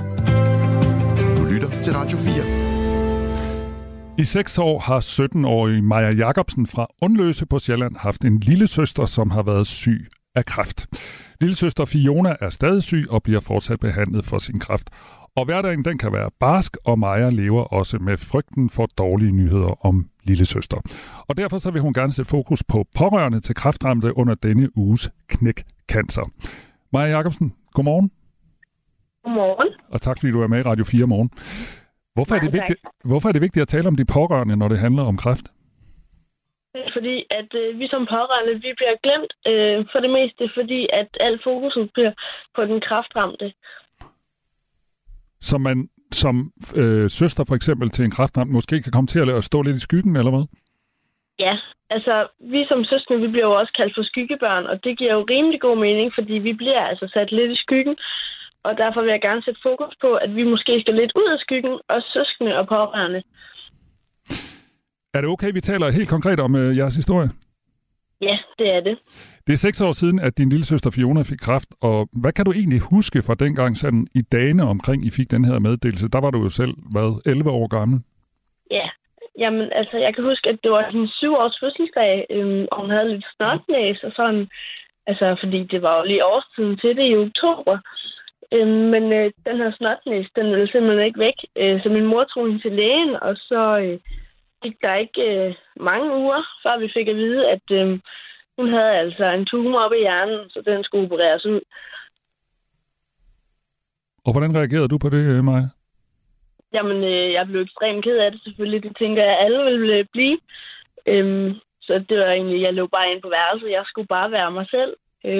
Du lytter til Radio 4. I 6 år har 17-årige Maja Jacobsen fra Undløse på Sjælland haft en lillesøster, som har været syg af kræft. Lillesøster Fiona er stadig syg og bliver fortsat behandlet for sin kræft. Og hverdagen den kan være barsk, og Maja lever også med frygten for dårlige nyheder om lillesøster. Og derfor så vil hun gerne sætte fokus på pårørende til kræftramte under denne uges knækcancer. Maja Jacobsen, godmorgen. Godmorgen. Og tak fordi du er med i Radio 4 morgen. Hvorfor er det vigtigt at tale om de pårørende, når det handler om kræft? Fordi at vi som pårørende, vi bliver glemt for det meste, fordi at al fokusen bliver på den kræftramte. Som man som søster for eksempel til en kræftramt måske kan komme til at stå lidt i skyggen, eller hvad? Ja, altså vi som søskende, vi bliver jo også kaldt for skyggebørn, og det giver jo rimelig god mening, fordi vi bliver altså sat lidt i skyggen. Og derfor vil jeg gerne sætte fokus på, at vi måske skal lidt ud af skyggen, og søskende og pårørende. Er det okay, vi taler helt konkret om jeres historie? Ja, det er det. Det er 6 år siden, at din lillesøster Fiona fik kræft, og hvad kan du egentlig huske fra dengang sådan i dagene omkring, I fik den her meddelelse? Der var du jo selv, 11 år gammel? Ja, jamen altså, jeg kan huske, at det var hendes 7-års fødselsdag, og hun havde lidt snotnæs og sådan, altså fordi det var jo lige årstiden til det i oktober. Men den her snotnæs, den ville simpelthen ikke væk, så min mor tog hende til lægen, og så gik der ikke mange uger, før vi fik at vide, at hun havde altså en tumor oppe i hjernen, så den skulle opereres ud. Og hvordan reagerede du på det, Maja? Jamen, jeg blev ekstremt ked af det selvfølgelig. Det tænker jeg, alle ville blive. Så det var egentlig, jeg lå bare ind på værelset. Jeg skulle bare være mig selv.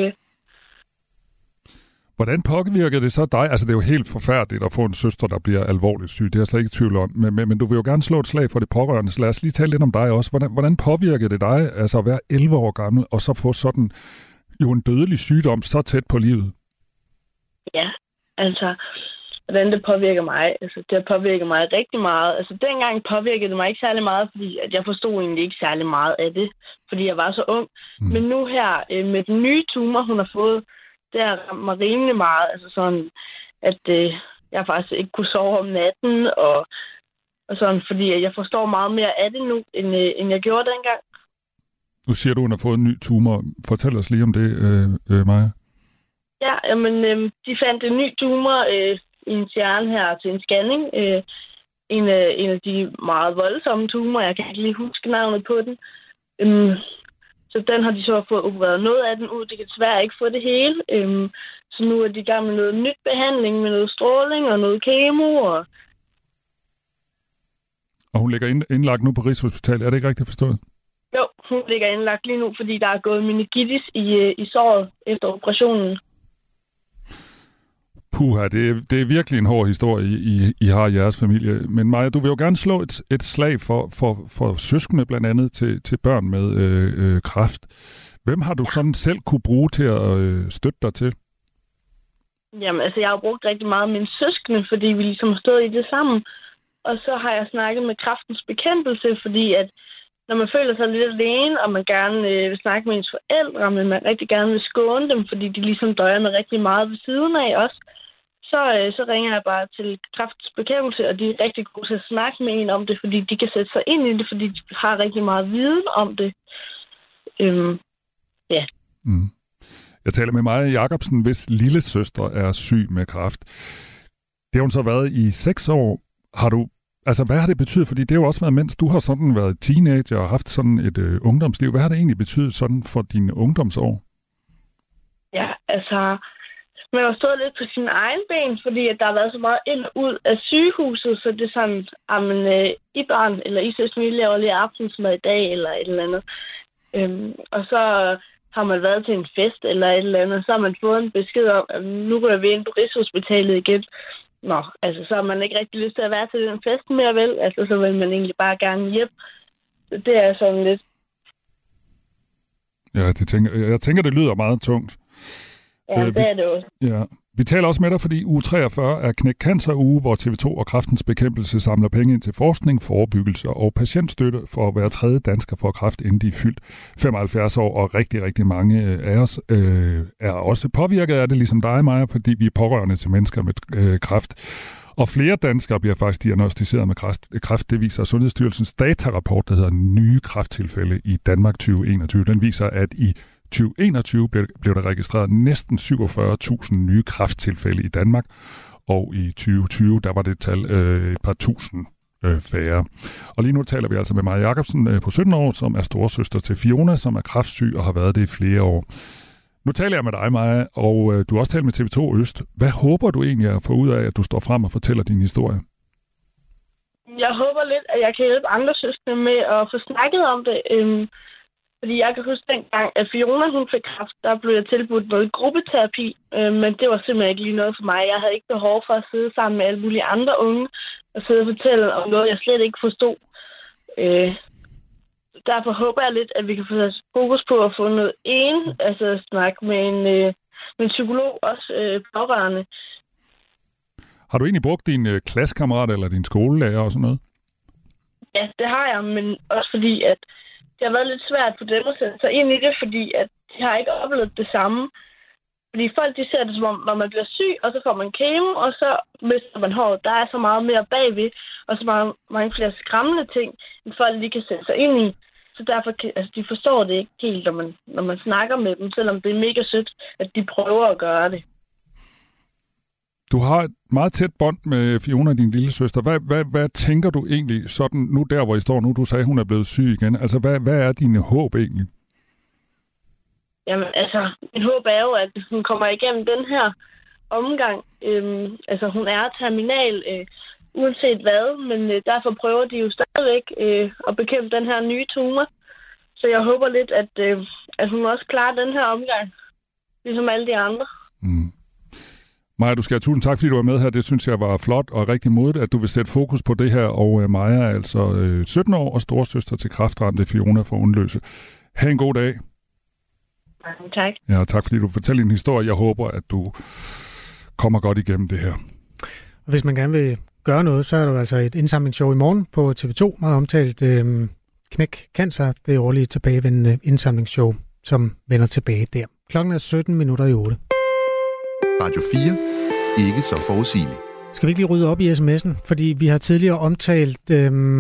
Hvordan påvirker det så dig? Altså, det er jo helt forfærdeligt at få en søster, der bliver alvorligt syg. Det er jeg slet ikke i tvivl om. Men du vil jo gerne slå et slag for det pårørende. Så lad os lige tale lidt om dig også. Hvordan påvirker det dig, altså at være 11 år gammel, og så få sådan jo en dødelig sygdom så tæt på livet? Ja, altså, hvordan det påvirker mig? Altså, det har påvirket mig rigtig meget. Altså, dengang påvirkede det mig ikke særlig meget, fordi at jeg forstod egentlig ikke særlig meget af det, fordi jeg var så ung. Men nu her, med den nye tumor, hun har fået, det har ramt mig rimelig meget, altså sådan, at jeg faktisk ikke kunne sove om natten, og sådan, fordi jeg forstår meget mere af det nu, end jeg gjorde dengang. Nu siger du, hun har fået en ny tumor. Fortæl os lige om det, Maja. Ja, jamen, de fandt en ny tumor i en hjerne her til en scanning. En af de meget voldsomme tumorer, jeg kan ikke lige huske navnet på den. Så den har de så fået opereret noget af den ud. De kan desværre ikke få det hele. Så nu er de i gang med noget nyt behandling, med noget stråling og noget kemo. Og hun ligger indlagt nu på Rigshospitalet. Er det ikke rigtigt forstået? Jo, hun ligger indlagt lige nu, fordi der er gået meningitis i såret efter operationen. Puha, det er virkelig en hård historie, I har i jeres familie. Men Maja, du vil jo gerne slå et slag for søskende, blandt andet til børn med kræft. Hvem har du sådan selv kunne bruge til at støtte dig til? Jamen, altså, jeg har brugt rigtig meget af mine søskende, fordi vi ligesom har stået i det sammen. Og så har jeg snakket med Kræftens Bekæmpelse, fordi at når man føler sig lidt alene, og man gerne vil snakke med ens forældre, men man rigtig gerne vil skåne dem, fordi de ligesom døjer med rigtig meget ved siden af os, så ringer jeg bare til kræftbekæmpelse, og de er rigtig gode til at snakke med en om det, fordi de kan sætte sig ind i det, fordi de har rigtig meget viden om det. Ja. Mm. Jeg taler med Maja Jacobsen, hvis lille søster er syg med kræft. Det har hun så været i 6 år. Hvad har det betydet? Fordi det har jo også været, mens du har sådan været teenager og haft sådan et ungdomsliv. Hvad har det egentlig betydet sådan for dine ungdomsår? Ja, altså, man har stået lidt på sine egne ben, fordi at der har været så meget ind og ud af sygehuset, så det er sådan, I barn, eller I synes, vi laver lige aftensmad i dag, eller et eller andet. Og så har man været til en fest, eller et eller andet, så har man fået en besked om, at nu går vi ind på Rigshospitalet igen. Nå, altså, så har man ikke rigtig lyst til at være til den fest mere, vel? Altså, så vil man egentlig bare gerne hjem. Så det er sådan lidt... Ja, jeg tænker, det lyder meget tungt. Ja, det er det også. Ja. Vi taler også med dig, fordi uge 43 er Knæk Cancer uge, hvor TV2 og Kræftens Bekæmpelse samler penge ind til forskning, forebyggelse og patientstøtte for at være tredje dansker for kræft, inden de er fyldt 75 år, og rigtig, rigtig mange af os er også påvirket af det, ligesom dig, Maja, fordi vi er pårørende til mennesker med kræft. Og flere danskere bliver faktisk diagnosticeret med kræft. Det viser Sundhedsstyrelsens datarapport, der hedder Nye kræfttilfælde i Danmark 2021. Den viser, at i 2021 blev der registreret næsten 47.000 nye kræfttilfælde i Danmark, og i 2020 der var det tal et par tusind færre. Og lige nu taler vi altså med Maja Jacobsen på 17 år, som er storesøster til Fiona, som er kræftsyg og har været det i flere år. Nu taler jeg med dig, Maja, og du har også talt med TV2 Øst. Hvad håber du egentlig at få ud af, at du står frem og fortæller din historie? Jeg håber lidt, at jeg kan hjælpe andre søskende med at få snakket om det. Fordi jeg kan huske dengang, at Fiona hun fik kræft, der blev jeg tilbudt noget gruppeterapi, men det var simpelthen ikke lige noget for mig. Jeg havde ikke behov for at sidde sammen med alle mulige andre unge og sidde og fortælle om noget, jeg slet ikke forstod. Derfor håber jeg lidt, at vi kan få fokus på at få noget snak med en psykolog, også pårørende. Har du egentlig brugt din klassekammerat eller din skolelærer og sådan noget? Ja, det har jeg, men også fordi, at det har været lidt svært for dem at sætte sig ind i det, fordi at de har ikke oplevet det samme. Fordi folk, de ser det som om, når man bliver syg, og så får man kemo, og så mister man håret. Der er så meget mere bagved, og så mange flere skræmmende ting, end folk lige kan sætte sig ind i. Så derfor, de forstår det ikke helt, når man snakker med dem, selvom det er mega sødt, at de prøver at gøre det. Du har et meget tæt bånd med Fiona, din lille søster. Hvad tænker du egentlig sådan nu der, hvor I står nu? Du sagde, hun er blevet syg igen. Altså, hvad er dine håb egentlig? Jamen, altså, mit håb er jo, at hun kommer igennem den her omgang. Hun er terminal, uanset hvad, men derfor prøver de jo stadigvæk at bekæmpe den her nye tumor. Så jeg håber lidt, at hun også klarer den her omgang, ligesom alle de andre. Mm. Maja, du skal have tusind tak, fordi du var med her. Det synes jeg var flot og rigtig modigt, at du vil sætte fokus på det her. Og Maja er altså 17 år og storesøster til kræftramte Fiona fra Undløse. Ha' en god dag. Tak. Ja, tak fordi du fortæller din historie. Jeg håber, at du kommer godt igennem det her. Og hvis man gerne vil gøre noget, så er der altså et indsamlingsshow i morgen på TV2, meget omtalt Knæk Cancer, det årlige tilbagevendende indsamlingsshow, som vender tilbage der. Klokken er 17:08. Radio 4. Ikke så forudsigeligt. Skal vi ikke lige rydde op i sms'en? Fordi vi har tidligere omtalt,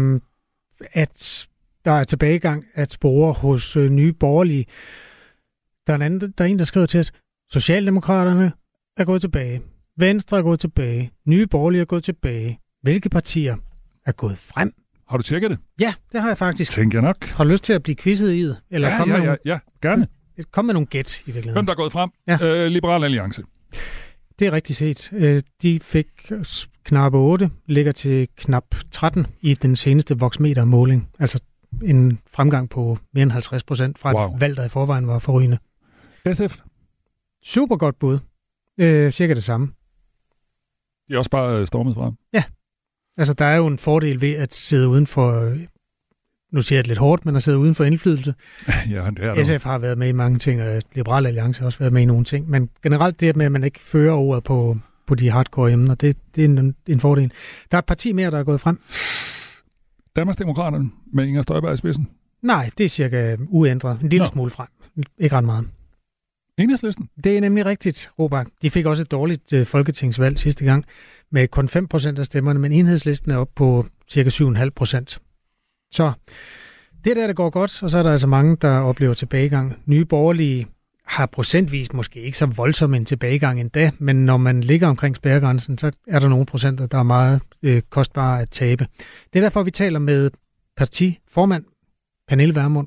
at der er tilbagegang at spore hos Nye Borgerlige. Der er en, der skriver til os, Socialdemokraterne er gået tilbage. Venstre er gået tilbage. Nye Borgerlige er gået tilbage. Hvilke partier er gået frem? Har du tjekket det? Ja, det har jeg faktisk. Tænker jeg nok. Har du lyst til at blive quizzet i det? Eller ja, gerne. Kom med nogle gæt i virkeligheden. Hvem der er gået frem? Ja. Liberal Alliance. Det er rigtigt set. De fik knap 8, ligger til knap 13 i den seneste Voxmeter-måling. Altså en fremgang på mere end 50% fra et valg, der i forvejen var forrygende. SF? Super godt bud. Cirka det samme. De er også bare stormet frem. Ja. Altså, der er jo en fordel ved at sidde uden for, nu siger jeg det lidt hårdt, men at sidde uden for indflydelse. Ja, det er SF har været med i mange ting, og Liberal Alliance har også været med i nogle ting. Men generelt det med, at man ikke fører ordet på de hardcore emner, det er en fordel. Der er et parti mere, der er gået frem. Danmarksdemokraterne med Inger Støjberg i spidsen? Nej, det er cirka uændret. En lille smule frem. Ikke ret meget. Enhedslisten? Det er nemlig rigtigt, Robert. De fik også et dårligt folketingsvalg sidste gang med kun 5% af stemmerne, men Enhedslisten er oppe på cirka 7,5%. Så det der går godt, og så er der altså mange, der oplever tilbagegang. Nye Borgerlige har procentvis måske ikke så voldsom en tilbagegang endda, men når man ligger omkring spærregrænsen, så er der nogle procenter, der er meget kostbare at tabe. Det er derfor, vi taler med partiformand Pernille Vermund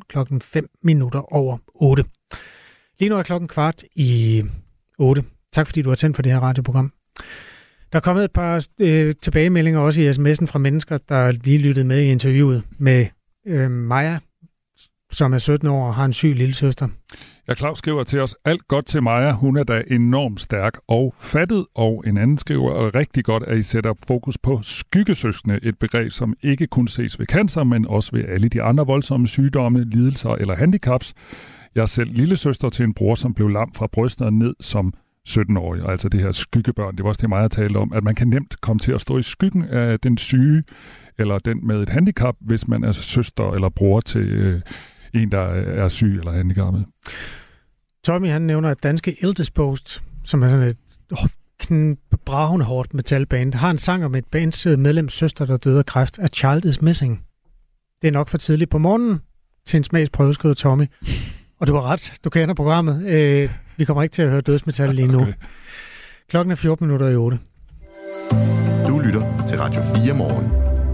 7:05. Lige nu er klokken 7:15. Tak fordi du har tændt for det her radioprogram. Der er kommet et par tilbagemeldinger også i sms'en fra mennesker, der lige lyttede med i interviewet med Maja, som er 17 år og har en syg lille søster. Ja, Claus skriver til os, alt godt til Maja. Hun er da enormt stærk og fattet. Og en anden skriver, rigtig godt, at I sætter fokus på skyggesøskende. Et begreb, som ikke kun ses ved cancer, men også ved alle de andre voldsomme sygdomme, lidelser eller handicaps. Jeg er selv lille søster til en bror, som blev lam fra brystet og ned som 17-årig. Altså det her skyggebørn. Det var også det, Maja talte om, at man kan nemt komme til at stå i skyggen af den syge eller den med et handicap, hvis man er søster eller bror til en, der er syg eller handicappet. Tommy, han nævner, at danske Ildisposed, som er sådan et bragende hårdt metalband, har en sang om et bands medlems søster, der døde af kræft. A Child is Missing. Det er nok for tidligt på morgenen til en smagsprøve, skriver Tommy. Og du har ret, du kender programmet. Vi kommer ikke til at høre dødsmetal lige nu. Okay. Klokken er 7:14. Du lytter til Radio 4 morgen.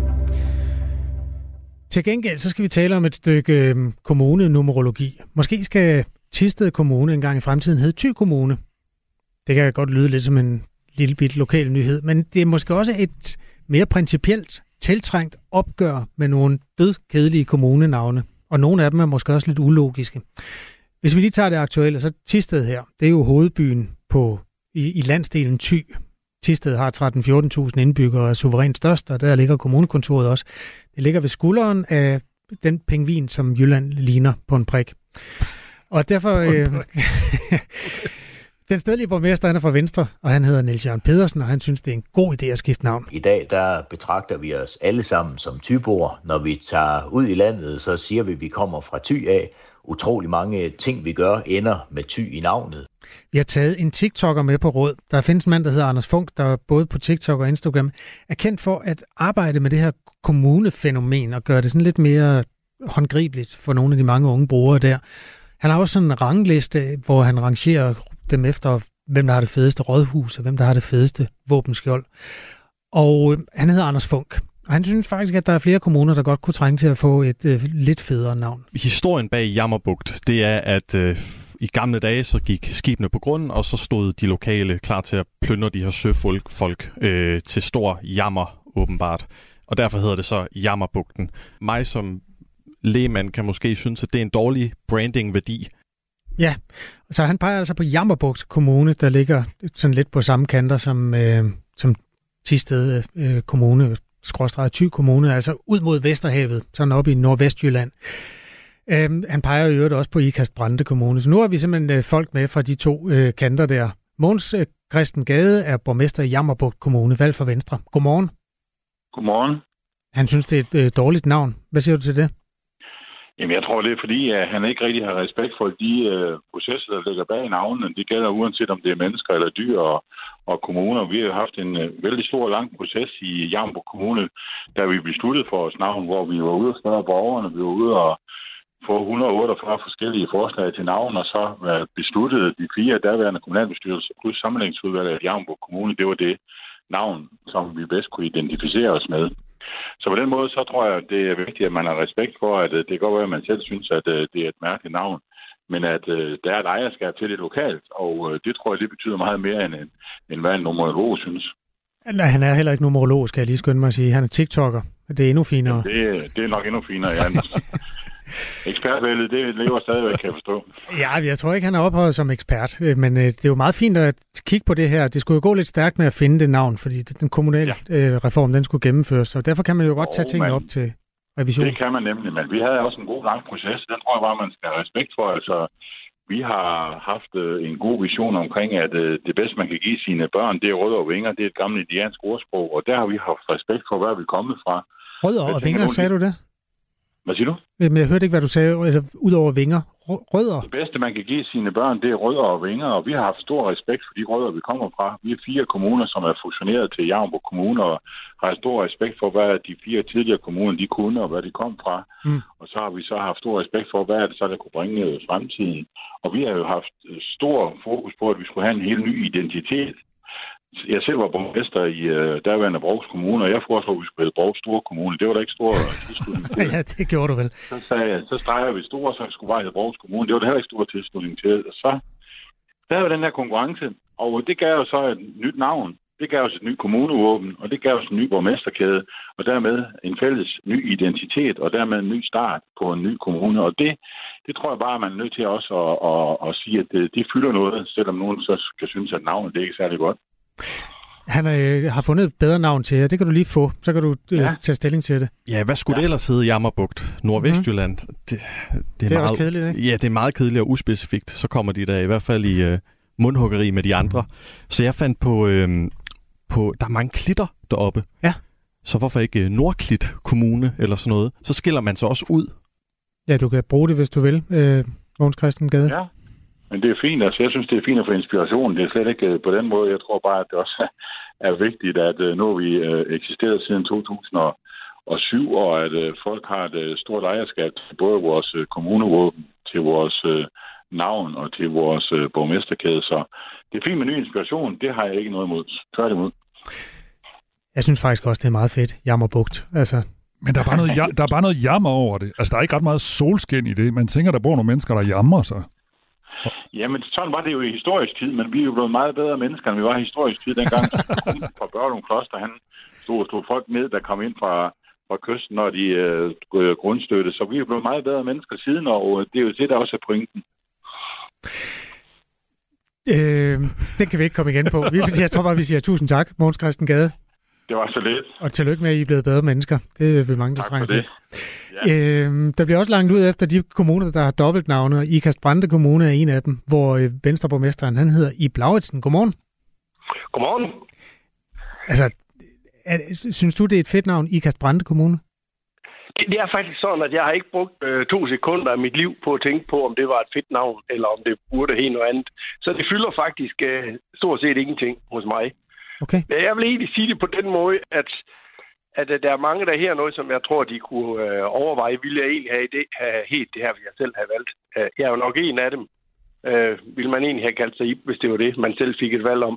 Til gengæld, så skal vi tale om et stykke kommunenumerologi. Måske skal Thisted Kommune engang i fremtiden hedde Thy Kommune. Det kan godt lyde lidt som en lille bit lokal nyhed, men det er måske også et mere principielt tiltrængt opgør med nogle dødkedelige kommunenavne. Og nogle af dem er måske også lidt ulogiske. Hvis vi lige tager det aktuelle, så Thisted her, det er jo hovedbyen i landsdelen Thy. Thisted har 13-14.000 indbyggere og er suverænt størst, og der ligger kommunekontoret også. Det ligger ved skulderen af den pingvin, som Jylland ligner på en prik. Og derfor... Den stedlige borgmester, han er fra Venstre, og han hedder Niels Jørgen Pedersen, og han synes, det er en god idé at skifte navn. I dag, der betragter vi os alle sammen som thyboer. Når vi tager ud i landet, så siger vi, at vi kommer fra Thy af. Utrolig mange ting, vi gør, ender med Thy i navnet. Vi har taget en TikToker med på råd. Der findes en mand, der hedder Anders Funk, der både på TikTok og Instagram er kendt for at arbejde med det her kommunefænomen og gøre det sådan lidt mere håndgribeligt for nogle af de mange unge brugere der. Han har også sådan en rangliste, hvor han rangerer dem efter, hvem der har det fedeste rådhus, og hvem der har det fedeste våbenskjold. Og han hedder Anders Funk. Og han synes faktisk, at der er flere kommuner, der godt kunne trænge til at få et lidt federe navn. Historien bag Jammerbugt, det er, at i gamle dage, så gik skibene på grunden, og så stod de lokale klar til at plyndre de her søfolk til stor jammer, åbenbart. Og derfor hedder det så Jammerbugten. Mig som lægmand kan måske synes, at det er en dårlig branding-værdi. Ja, så han peger altså på Jammerbugt Kommune, der ligger sådan lidt på samme kanter som Thisted Kommune, /Thy Kommune, altså ud mod Vesterhavet, sådan op i Nordvestjylland. Han peger i øvrigt også på Ikast Brande Kommune. Så nu har vi simpelthen folk med fra de to kanter der. Mogens Christen Gade er borgmester i Jammerbugt Kommune, valgt for Venstre. Godmorgen. Godmorgen. Han synes, det er et dårligt navn. Hvad siger du til det? Jamen, jeg tror, det er fordi, at han ikke rigtig har respekt for de processer, der ligger bag navnene. Det gælder uanset om det er mennesker eller dyr og kommuner. Vi har haft en vældig stor og lang proces i Jammerbugt Kommune, da vi besluttede for os navn, hvor vi var ude og spørge borgerne. Vi var ude og få 148 forskellige forslag til navn, og så besluttede de 4 daværende kommunalbestyrelser plus sammenlægningsudvalget af Jammerbugt Kommune. Det var det navn, som vi bedst kunne identificere os med. Så på den måde, så tror jeg, at det er vigtigt, at man har respekt for, at det kan godt være, at man selv synes, at det er et mærkeligt navn, men at der er et ejerskab til det lokalt, og det tror jeg, det betyder meget mere, end hvad en numerolog synes. Nej, han er heller ikke numerolog, skal jeg lige skynde mig at sige. Han er TikToker. Det er endnu finere. Ja, det er nok endnu finere, ja. Ekspertvældet, det lever stadigvæk, kan jeg forstå. Ja, jeg tror ikke, han er ophøjet som ekspert, men det er jo meget fint at kigge på det her. Det skulle jo gå lidt stærkt med at finde det navn, fordi den kommunale reform, den skulle gennemføres, og derfor kan man jo godt tage tingene op til revision. Det kan man nemlig, men vi havde også en god lang proces. Den tror jeg bare, man skal have respekt for. Altså, vi har haft en god vision omkring, at det bedste, man kan give sine børn, det er rødder og vinger. Det er et gammelt indiansk ordsprog, og der har vi haft respekt for, hvor vi er kommet fra. Rødder og vinger, sagde du det? Hvad siger du? Men jeg hørte ikke, hvad du sagde, ud over vinger. Rødder? Det bedste, man kan give sine børn, det er rødder og vinger, og vi har haft stor respekt for de rødder, vi kommer fra. Vi er 4 kommuner, som er fusioneret til Jammerbugt Kommune, og har stor respekt for, hvad de 4 tidligere kommuner, de kunne, og hvad de kom fra. Og så har vi så haft stor respekt for, hvad det så, der kunne bringe fremtiden. Og vi har jo haft stor fokus på, at vi skulle have en helt ny identitet. Jeg selv var borgmester i derværende Brovst Kommune, og jeg foreslog, at vi skulle hedde Brovst Store Kommune. Det var da ikke stor tilslutning til. Ja, det gjorde du vel. Så sagde jeg, så streger vi store, så skulle bare hedde Brovst Kommune. Det var da heller ikke stor tilslutning til. Og så der var den her konkurrence, og det gav jo så et nyt navn. Det gav os et nyt kommunevåben, og det gav os en ny borgmesterkæde, og dermed en fælles ny identitet, og dermed en ny start på en ny kommune. Og det tror jeg bare, man er nødt til også at sige, at det fylder noget, selvom nogen så kan synes, at navnet det er ikke særlig godt. Han har fundet et bedre navn til jer. Det kan du lige få. Så kan du tage stilling til det. Ja, hvad skulle det ellers hedde? Jammerbugt, Nordvestjylland. Det er meget, også kedeligt, ikke? Ja, det er meget kedeligt og uspecifikt. Så kommer de der i hvert fald i mundhuggeri med de andre. Så jeg fandt på der er mange klitter deroppe. Ja. Så hvorfor ikke Nordklit Kommune eller sådan noget? Så skiller man sig også ud. Ja, du kan bruge det, hvis du vil, Mogens Christian Gade. Ja. Men det er fint. Altså, jeg synes, det er fint at få inspiration. Det er slet ikke på den måde. Jeg tror bare, at det også er vigtigt, at nu vi eksisteret siden 2007, og at folk har et stort ejerskab til både vores kommunevåben, til vores navn og til vores borgmesterkæde. Så det er fint med ny inspiration. Det har jeg ikke noget imod. Tværtimod. Jeg synes faktisk også, det er meget fedt. Jammerbugt. Altså. Men der er bare noget jammer over det. Altså, der er ikke ret meget solskin i det. Man tænker, der bor nogle mennesker, der jammer sig. Jamen, sådan var det jo i historisk tid, men vi er jo blevet meget bedre mennesker, end vi var i historisk tid dengang. Fra Børlum Kloster, han stod folk ned, der kom ind fra kysten, når de grundstøtte. Så vi er jo blevet meget bedre mennesker siden, og det er jo det, der også er pointen. Det kan vi ikke komme igen på. Jeg tror bare, vi siger tusind tak, Mogens Christian Gade. Det var så lidt. Og tillykke med, at I er blevet bedre mennesker. Det er vi mange, der trænger til. Ja. Der bliver også langt ud efter de kommuner, der har dobbeltnavne. Ikast-Brande Kommune er en af dem, hvor Venstreborgmesteren, han hedder Ib Lauritsen. Godmorgen. Godmorgen. Altså, synes du, det er et fedt navn, Ikast-Brande Kommune? Det er faktisk sådan, at jeg har ikke brugt 2 sekunder af mit liv på at tænke på, om det var et fedt navn, eller om det burde have noget andet. Så det fylder faktisk stort set ingenting hos mig. Okay. Jeg vil egentlig sige det på den måde, at der er mange, der her noget, som jeg tror, de kunne overveje. Ville jeg egentlig have helt det her, hvis jeg selv havde valgt. Jeg er jo nok en af dem. Ville man egentlig have kaldt sig Ib, hvis det var det, man selv fik et valg om.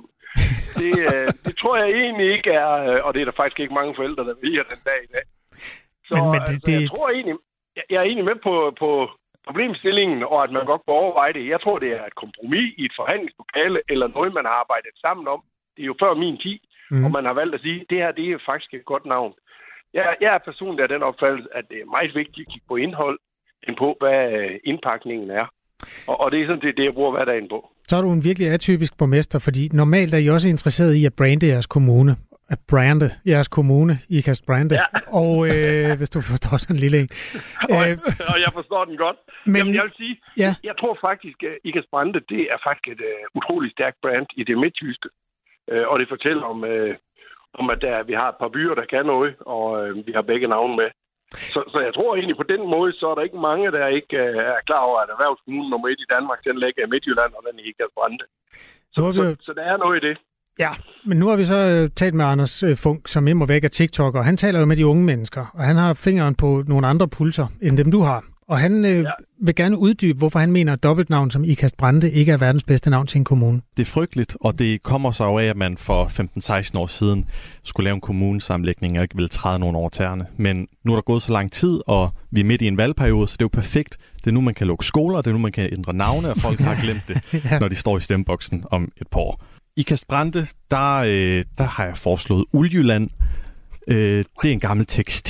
Det tror jeg egentlig ikke er, og det er der faktisk ikke mange forældre, der vælger den dag i dag. Så jeg tror egentlig, jeg er egentlig med på problemstillingen, og at man godt kan overveje det. Jeg tror, det er et kompromis i et forhandlingslokale, eller noget, man har arbejdet sammen om. Det er jo før min tid, og man har valgt at sige, at det her det er faktisk et godt navn. Jeg er personligt af den opfattelse, at det er meget vigtigt at kigge på indhold, end på, hvad indpakningen er. Og det er sådan det, jeg bruger hverdagen på. Så er du en virkelig atypisk borgmester, fordi normalt er I også interesseret i at brande jeres kommune. At brande jeres kommune, Ikast-Brande. Ja. Og hvis du forstår sådan en lille en. Og jeg forstår den godt. Men jamen, jeg vil sige, jeg tror faktisk, at Ikast-Brande, det er faktisk et utroligt stærkt brand i det midtjyske. Og det fortæller om at vi har et par byer, der kan noget, og vi har begge navne med. Så jeg tror egentlig på den måde, så er der ikke mange, der ikke er klar over, at erhvervskommunen nummer 1 i Danmark, den ligger i Midtjylland, og den er Ikast-Brande. Så der er noget i det. Ja, men nu har vi så talt med Anders Funk, som immer væk er TikToker, og han taler jo med de unge mennesker, og han har fingeren på nogle andre pulser, end dem du har. Og han vil gerne uddybe, hvorfor han mener, at dobbeltnavn som Ikast-Brande ikke er verdens bedste navn til en kommune. Det er frygteligt, og det kommer så af, at man for 15-16 år siden skulle lave en kommunesammenlægning og ikke ville træde nogen over tæerne. Men nu er der gået så lang tid, og vi er midt i en valgperiode, så det er jo perfekt. Det er nu, man kan lukke skoler, det er nu, man kan ændre navne, og folk har glemt det, når de står i stemmeboksen om et par år. Ikast-Brande, der har jeg foreslået Uldjylland. Det er en gammel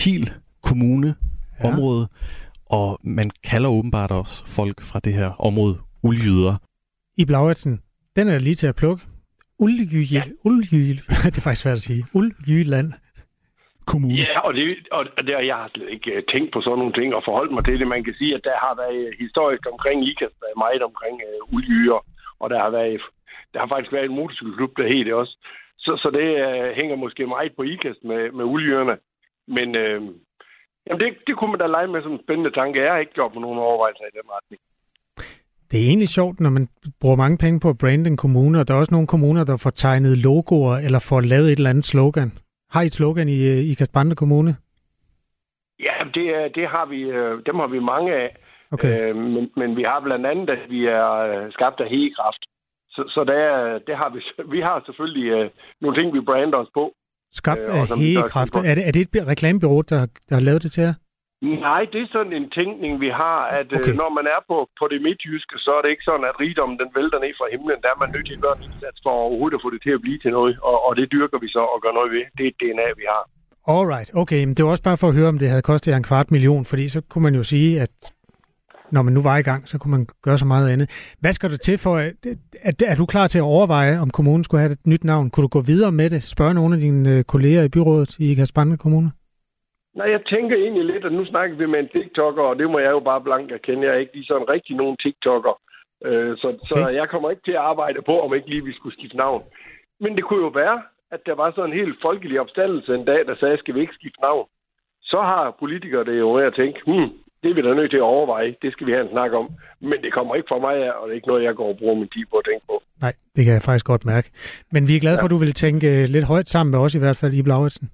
tekstilkommune-område. Og man kalder åbenbart også folk fra det her område uldjyder. Ib Lauritsen, den er lige til at plukke. Uldjyland, det er faktisk svært at sige. Uldjyland Kommune. Ja, og jeg har slet ikke tænkt på sådan nogle ting og forholdt mig til det. Man kan sige, at der har været historisk omkring Ikast, der er meget omkring uldjyder, og der har faktisk været en motorcykelklub, der hedder det også. Så det hænger måske meget på Ikast med uldjyderne. Men Jamen, det kunne man da lege med som en spændende tanke. Jeg har ikke gjort mig nogen overvejelser i den retning. Det er egentlig sjovt, når man bruger mange penge på at brande en kommune, og der er også nogle kommuner, der får tegnet logoer eller får lavet et eller andet slogan. Har I et slogan i Ikast-Brande Kommune? Ja, det har vi. Dem har vi mange af. Okay. Men vi har blandt andet, at vi er skabt af Hegekraft. Så det har vi. Vi har selvfølgelig nogle ting, vi brander os på. Skabt af Hegekraft. Er det et reklamebureau, der har lavet det til jer? Nej, det er sådan en tænkning, vi har, at når man er på det midtjyske, så er det ikke sådan, at rigdommen den vælter ned fra himlen. Der er man nødt til at gøre en indsats for overhovedet at få det til at blive til noget, og det dyrker vi så og gør noget ved. Det er et DNA, vi har. Alright, okay. Men det var også bare for at høre, om det havde kostet jer 250.000, fordi så kunne man jo sige, at når man nu var i gang, så kunne man gøre så meget andet. Hvad skal der til for, er du klar til at overveje, om kommunen skulle have et nyt navn? Kunne du gå videre med det? Spørge nogle af dine kolleger i byrådet i Ikast-Brande Kommune? Nej, jeg tænker egentlig lidt, at nu snakker vi med en TikToker, og det må jeg jo bare blankt erkende. Jeg er ikke lige sådan rigtig nogen TikToker. Så jeg kommer ikke til at arbejde på, om ikke lige vi skulle skifte navn. Men det kunne jo være, at der var sådan en helt folkelig opstandelse en dag, der sagde, skal vi ikke skifte navn? Så har politikere det jo med at tænke, det er vi da nødt til at overveje. Det skal vi have en snak om. Men det kommer ikke fra mig af, og det er ikke noget, jeg går og bruger min tid på at tænke på. Nej, det kan jeg faktisk godt mærke. Men vi er glade for, at du vil tænke lidt højt sammen med os, i hvert fald i Lauritsen.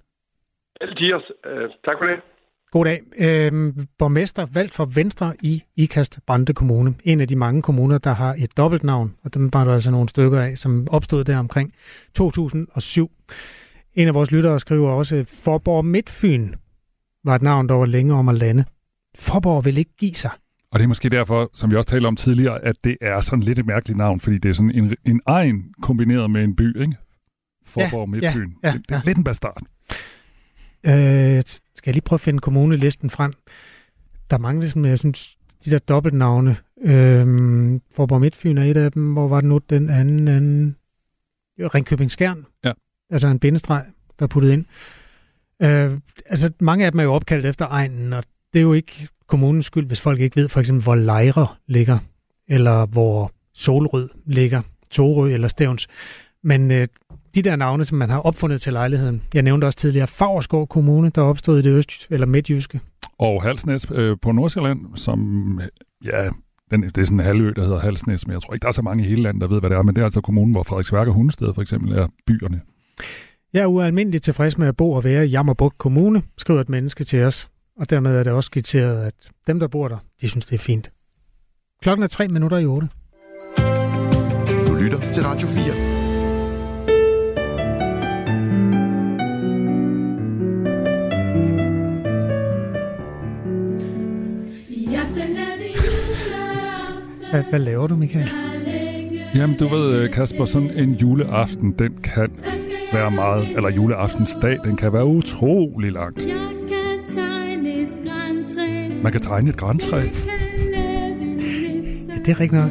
Tak for det. God dag. Borgmester valgt for Venstre i Ikast-Brande Kommune. En af de mange kommuner, der har et dobbeltnavn, og dem var der altså nogle stykker af, som opstod der omkring 2007. En af vores lyttere skriver også, Faaborg Midtfyn var et navn, der var længe om at lande. Faaborg vil ikke give sig. Og det er måske derfor, som vi også talte om tidligere, at det er sådan lidt et mærkeligt navn, fordi det er sådan en egen kombineret med en by, ikke? Faaborg Midtfyn. Ja. Det er lidt en bastard. Skal jeg lige prøve at finde kommunelisten frem? Der mangler ligesom, jeg synes, de der dobbeltnavne. Faaborg Midtfyn er et af dem. Hvor var det nu den anden? Ringkøbing Skjern. Ja. Altså en bindestreg, der er puttet ind. Altså mange af dem er jo opkaldt efter egnen, og det er jo ikke kommunens skyld, hvis folk ikke ved for eksempel, hvor Lejre ligger, eller hvor Solrød ligger, Torø eller Stævns. Men de der navne, som man har opfundet til lejligheden, jeg nævnte også tidligere, Favrskov Kommune, der opstod i det eller midtjyske. Og Halsnæs på Nordsjælland, som, ja, det er sådan en halvø, der hedder Halsnæs, men jeg tror ikke, der er så mange i hele landet, der ved, hvad det er, men det er altså kommunen, hvor Frederiksværk og Hundested for eksempel er byerne. Jeg er ualmindeligt tilfreds med at bo og være i Jammerbugt Kommune, skriver et menneske til os, og dermed er det også skitseret, at dem, der bor der, de synes, det er fint. Klokken er 3:03. Du lytter til Radio 4. Hvad laver du, Michael? Jamen, du ved, Kasper, sådan en juleaften, den kan være meget, eller juleaftensdag, den kan være utrolig langt. Man kan tegne et grantræ. Ja, det er rigtigt nok.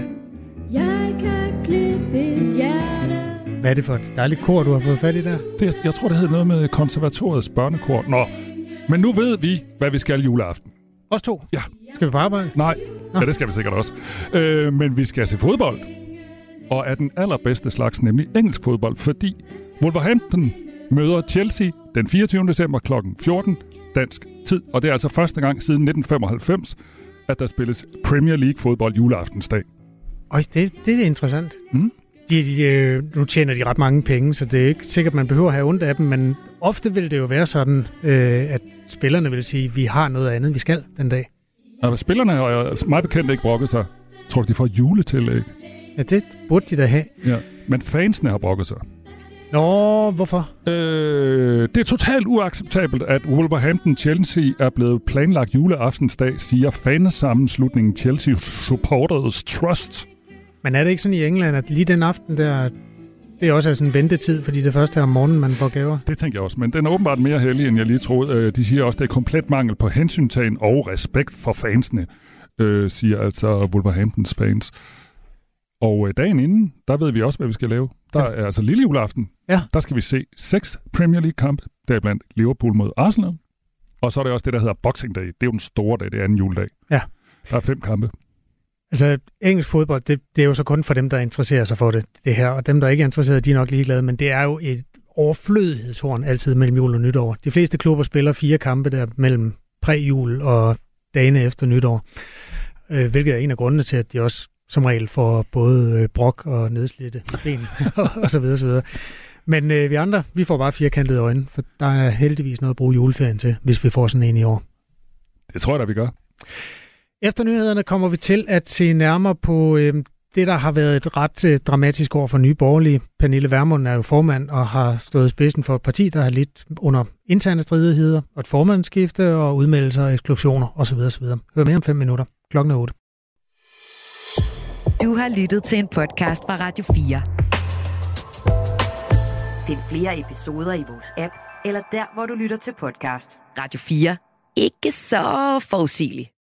Hvad er det for et dejligt kor, du har fået fat i der? Jeg tror, det hedder noget med konservatoriets børnekor. Nå, men nu ved vi, hvad vi skal juleaften. Os to? Ja. Skal vi på arbejde? Nej, ja, det skal vi sikkert også. Men vi skal se fodbold. Og er den allerbedste slags, nemlig engelsk fodbold, fordi Wolverhampton møder Chelsea den 24. december kl. 14 dansk tid. Og det er altså første gang siden 1995, at der spilles Premier League fodbold juleaftensdag. Øj, det er interessant. Mm. Nu tjener de ret mange penge, så det er ikke sikkert, man behøver at have ondt af dem, men ofte vil det jo være sådan, at spillerne vil sige, at vi har noget andet, vi skal den dag. Ja, spillerne har meget bekendt ikke brokket sig. Jeg tror, de får juletillæg. Ja, det burde de da have. Ja, men fansene har brokket sig. Nå, hvorfor? Det er totalt uacceptabelt, at Wolverhampton-Chelsea er blevet planlagt juleaftensdag, siger fansammenslutningen Chelsea Supporters Trust. Men er det ikke sådan i England, at lige den aften der, det er også sådan en ventetid, fordi det første er om morgenen, man får gaver? Det tænker jeg også, men den er åbenbart mere heldig, end jeg lige troede. De siger også, at det er komplet mangel på hensyntagen og respekt for fansene, siger altså Wolverhamptons fans. Og dagen inden, der ved vi også, hvad vi skal lave. Der er altså lille juleaften. Ja. Der skal vi se 6 Premier League-kampe, deriblandt Liverpool mod Arsenal. Og så er det også det, der hedder Boxing Day. Det er jo den store dag, det er anden juledag. Ja. Der er 5 kampe. Altså, engelsk fodbold, det er jo så kun for dem, der interesserer sig for det her. Og dem, der ikke er interesseret, de er nok ligeglade. Men det er jo et overflødighedshorn altid mellem jul og nytår. De fleste klubber spiller 4 kampe der mellem præjul og dagene efter nytår. Hvilket er en af grundene til, at de også som regel får både brok og nedslidte ben og så videre, så videre. Men vi andre, vi får bare firkantede øjne, for der er heldigvis noget at bruge juleferien til, hvis vi får sådan en i år. Det tror jeg da, vi gør. Efter nyhederne kommer vi til at se nærmere på det, der har været et ret dramatisk år for Nye Borgerlige. Pernille Vermund er jo formand og har stået i spidsen for et parti, der har lidt under interne stridigheder og et formandsskifte og udmeldelser og eksklusioner osv. osv. Hør mere om 5 minutter. Klokken er 8. Du har lyttet til en podcast fra Radio 4. Find flere episoder i vores app, eller der, hvor du lytter til podcast. Radio 4. Ikke så forudsigeligt.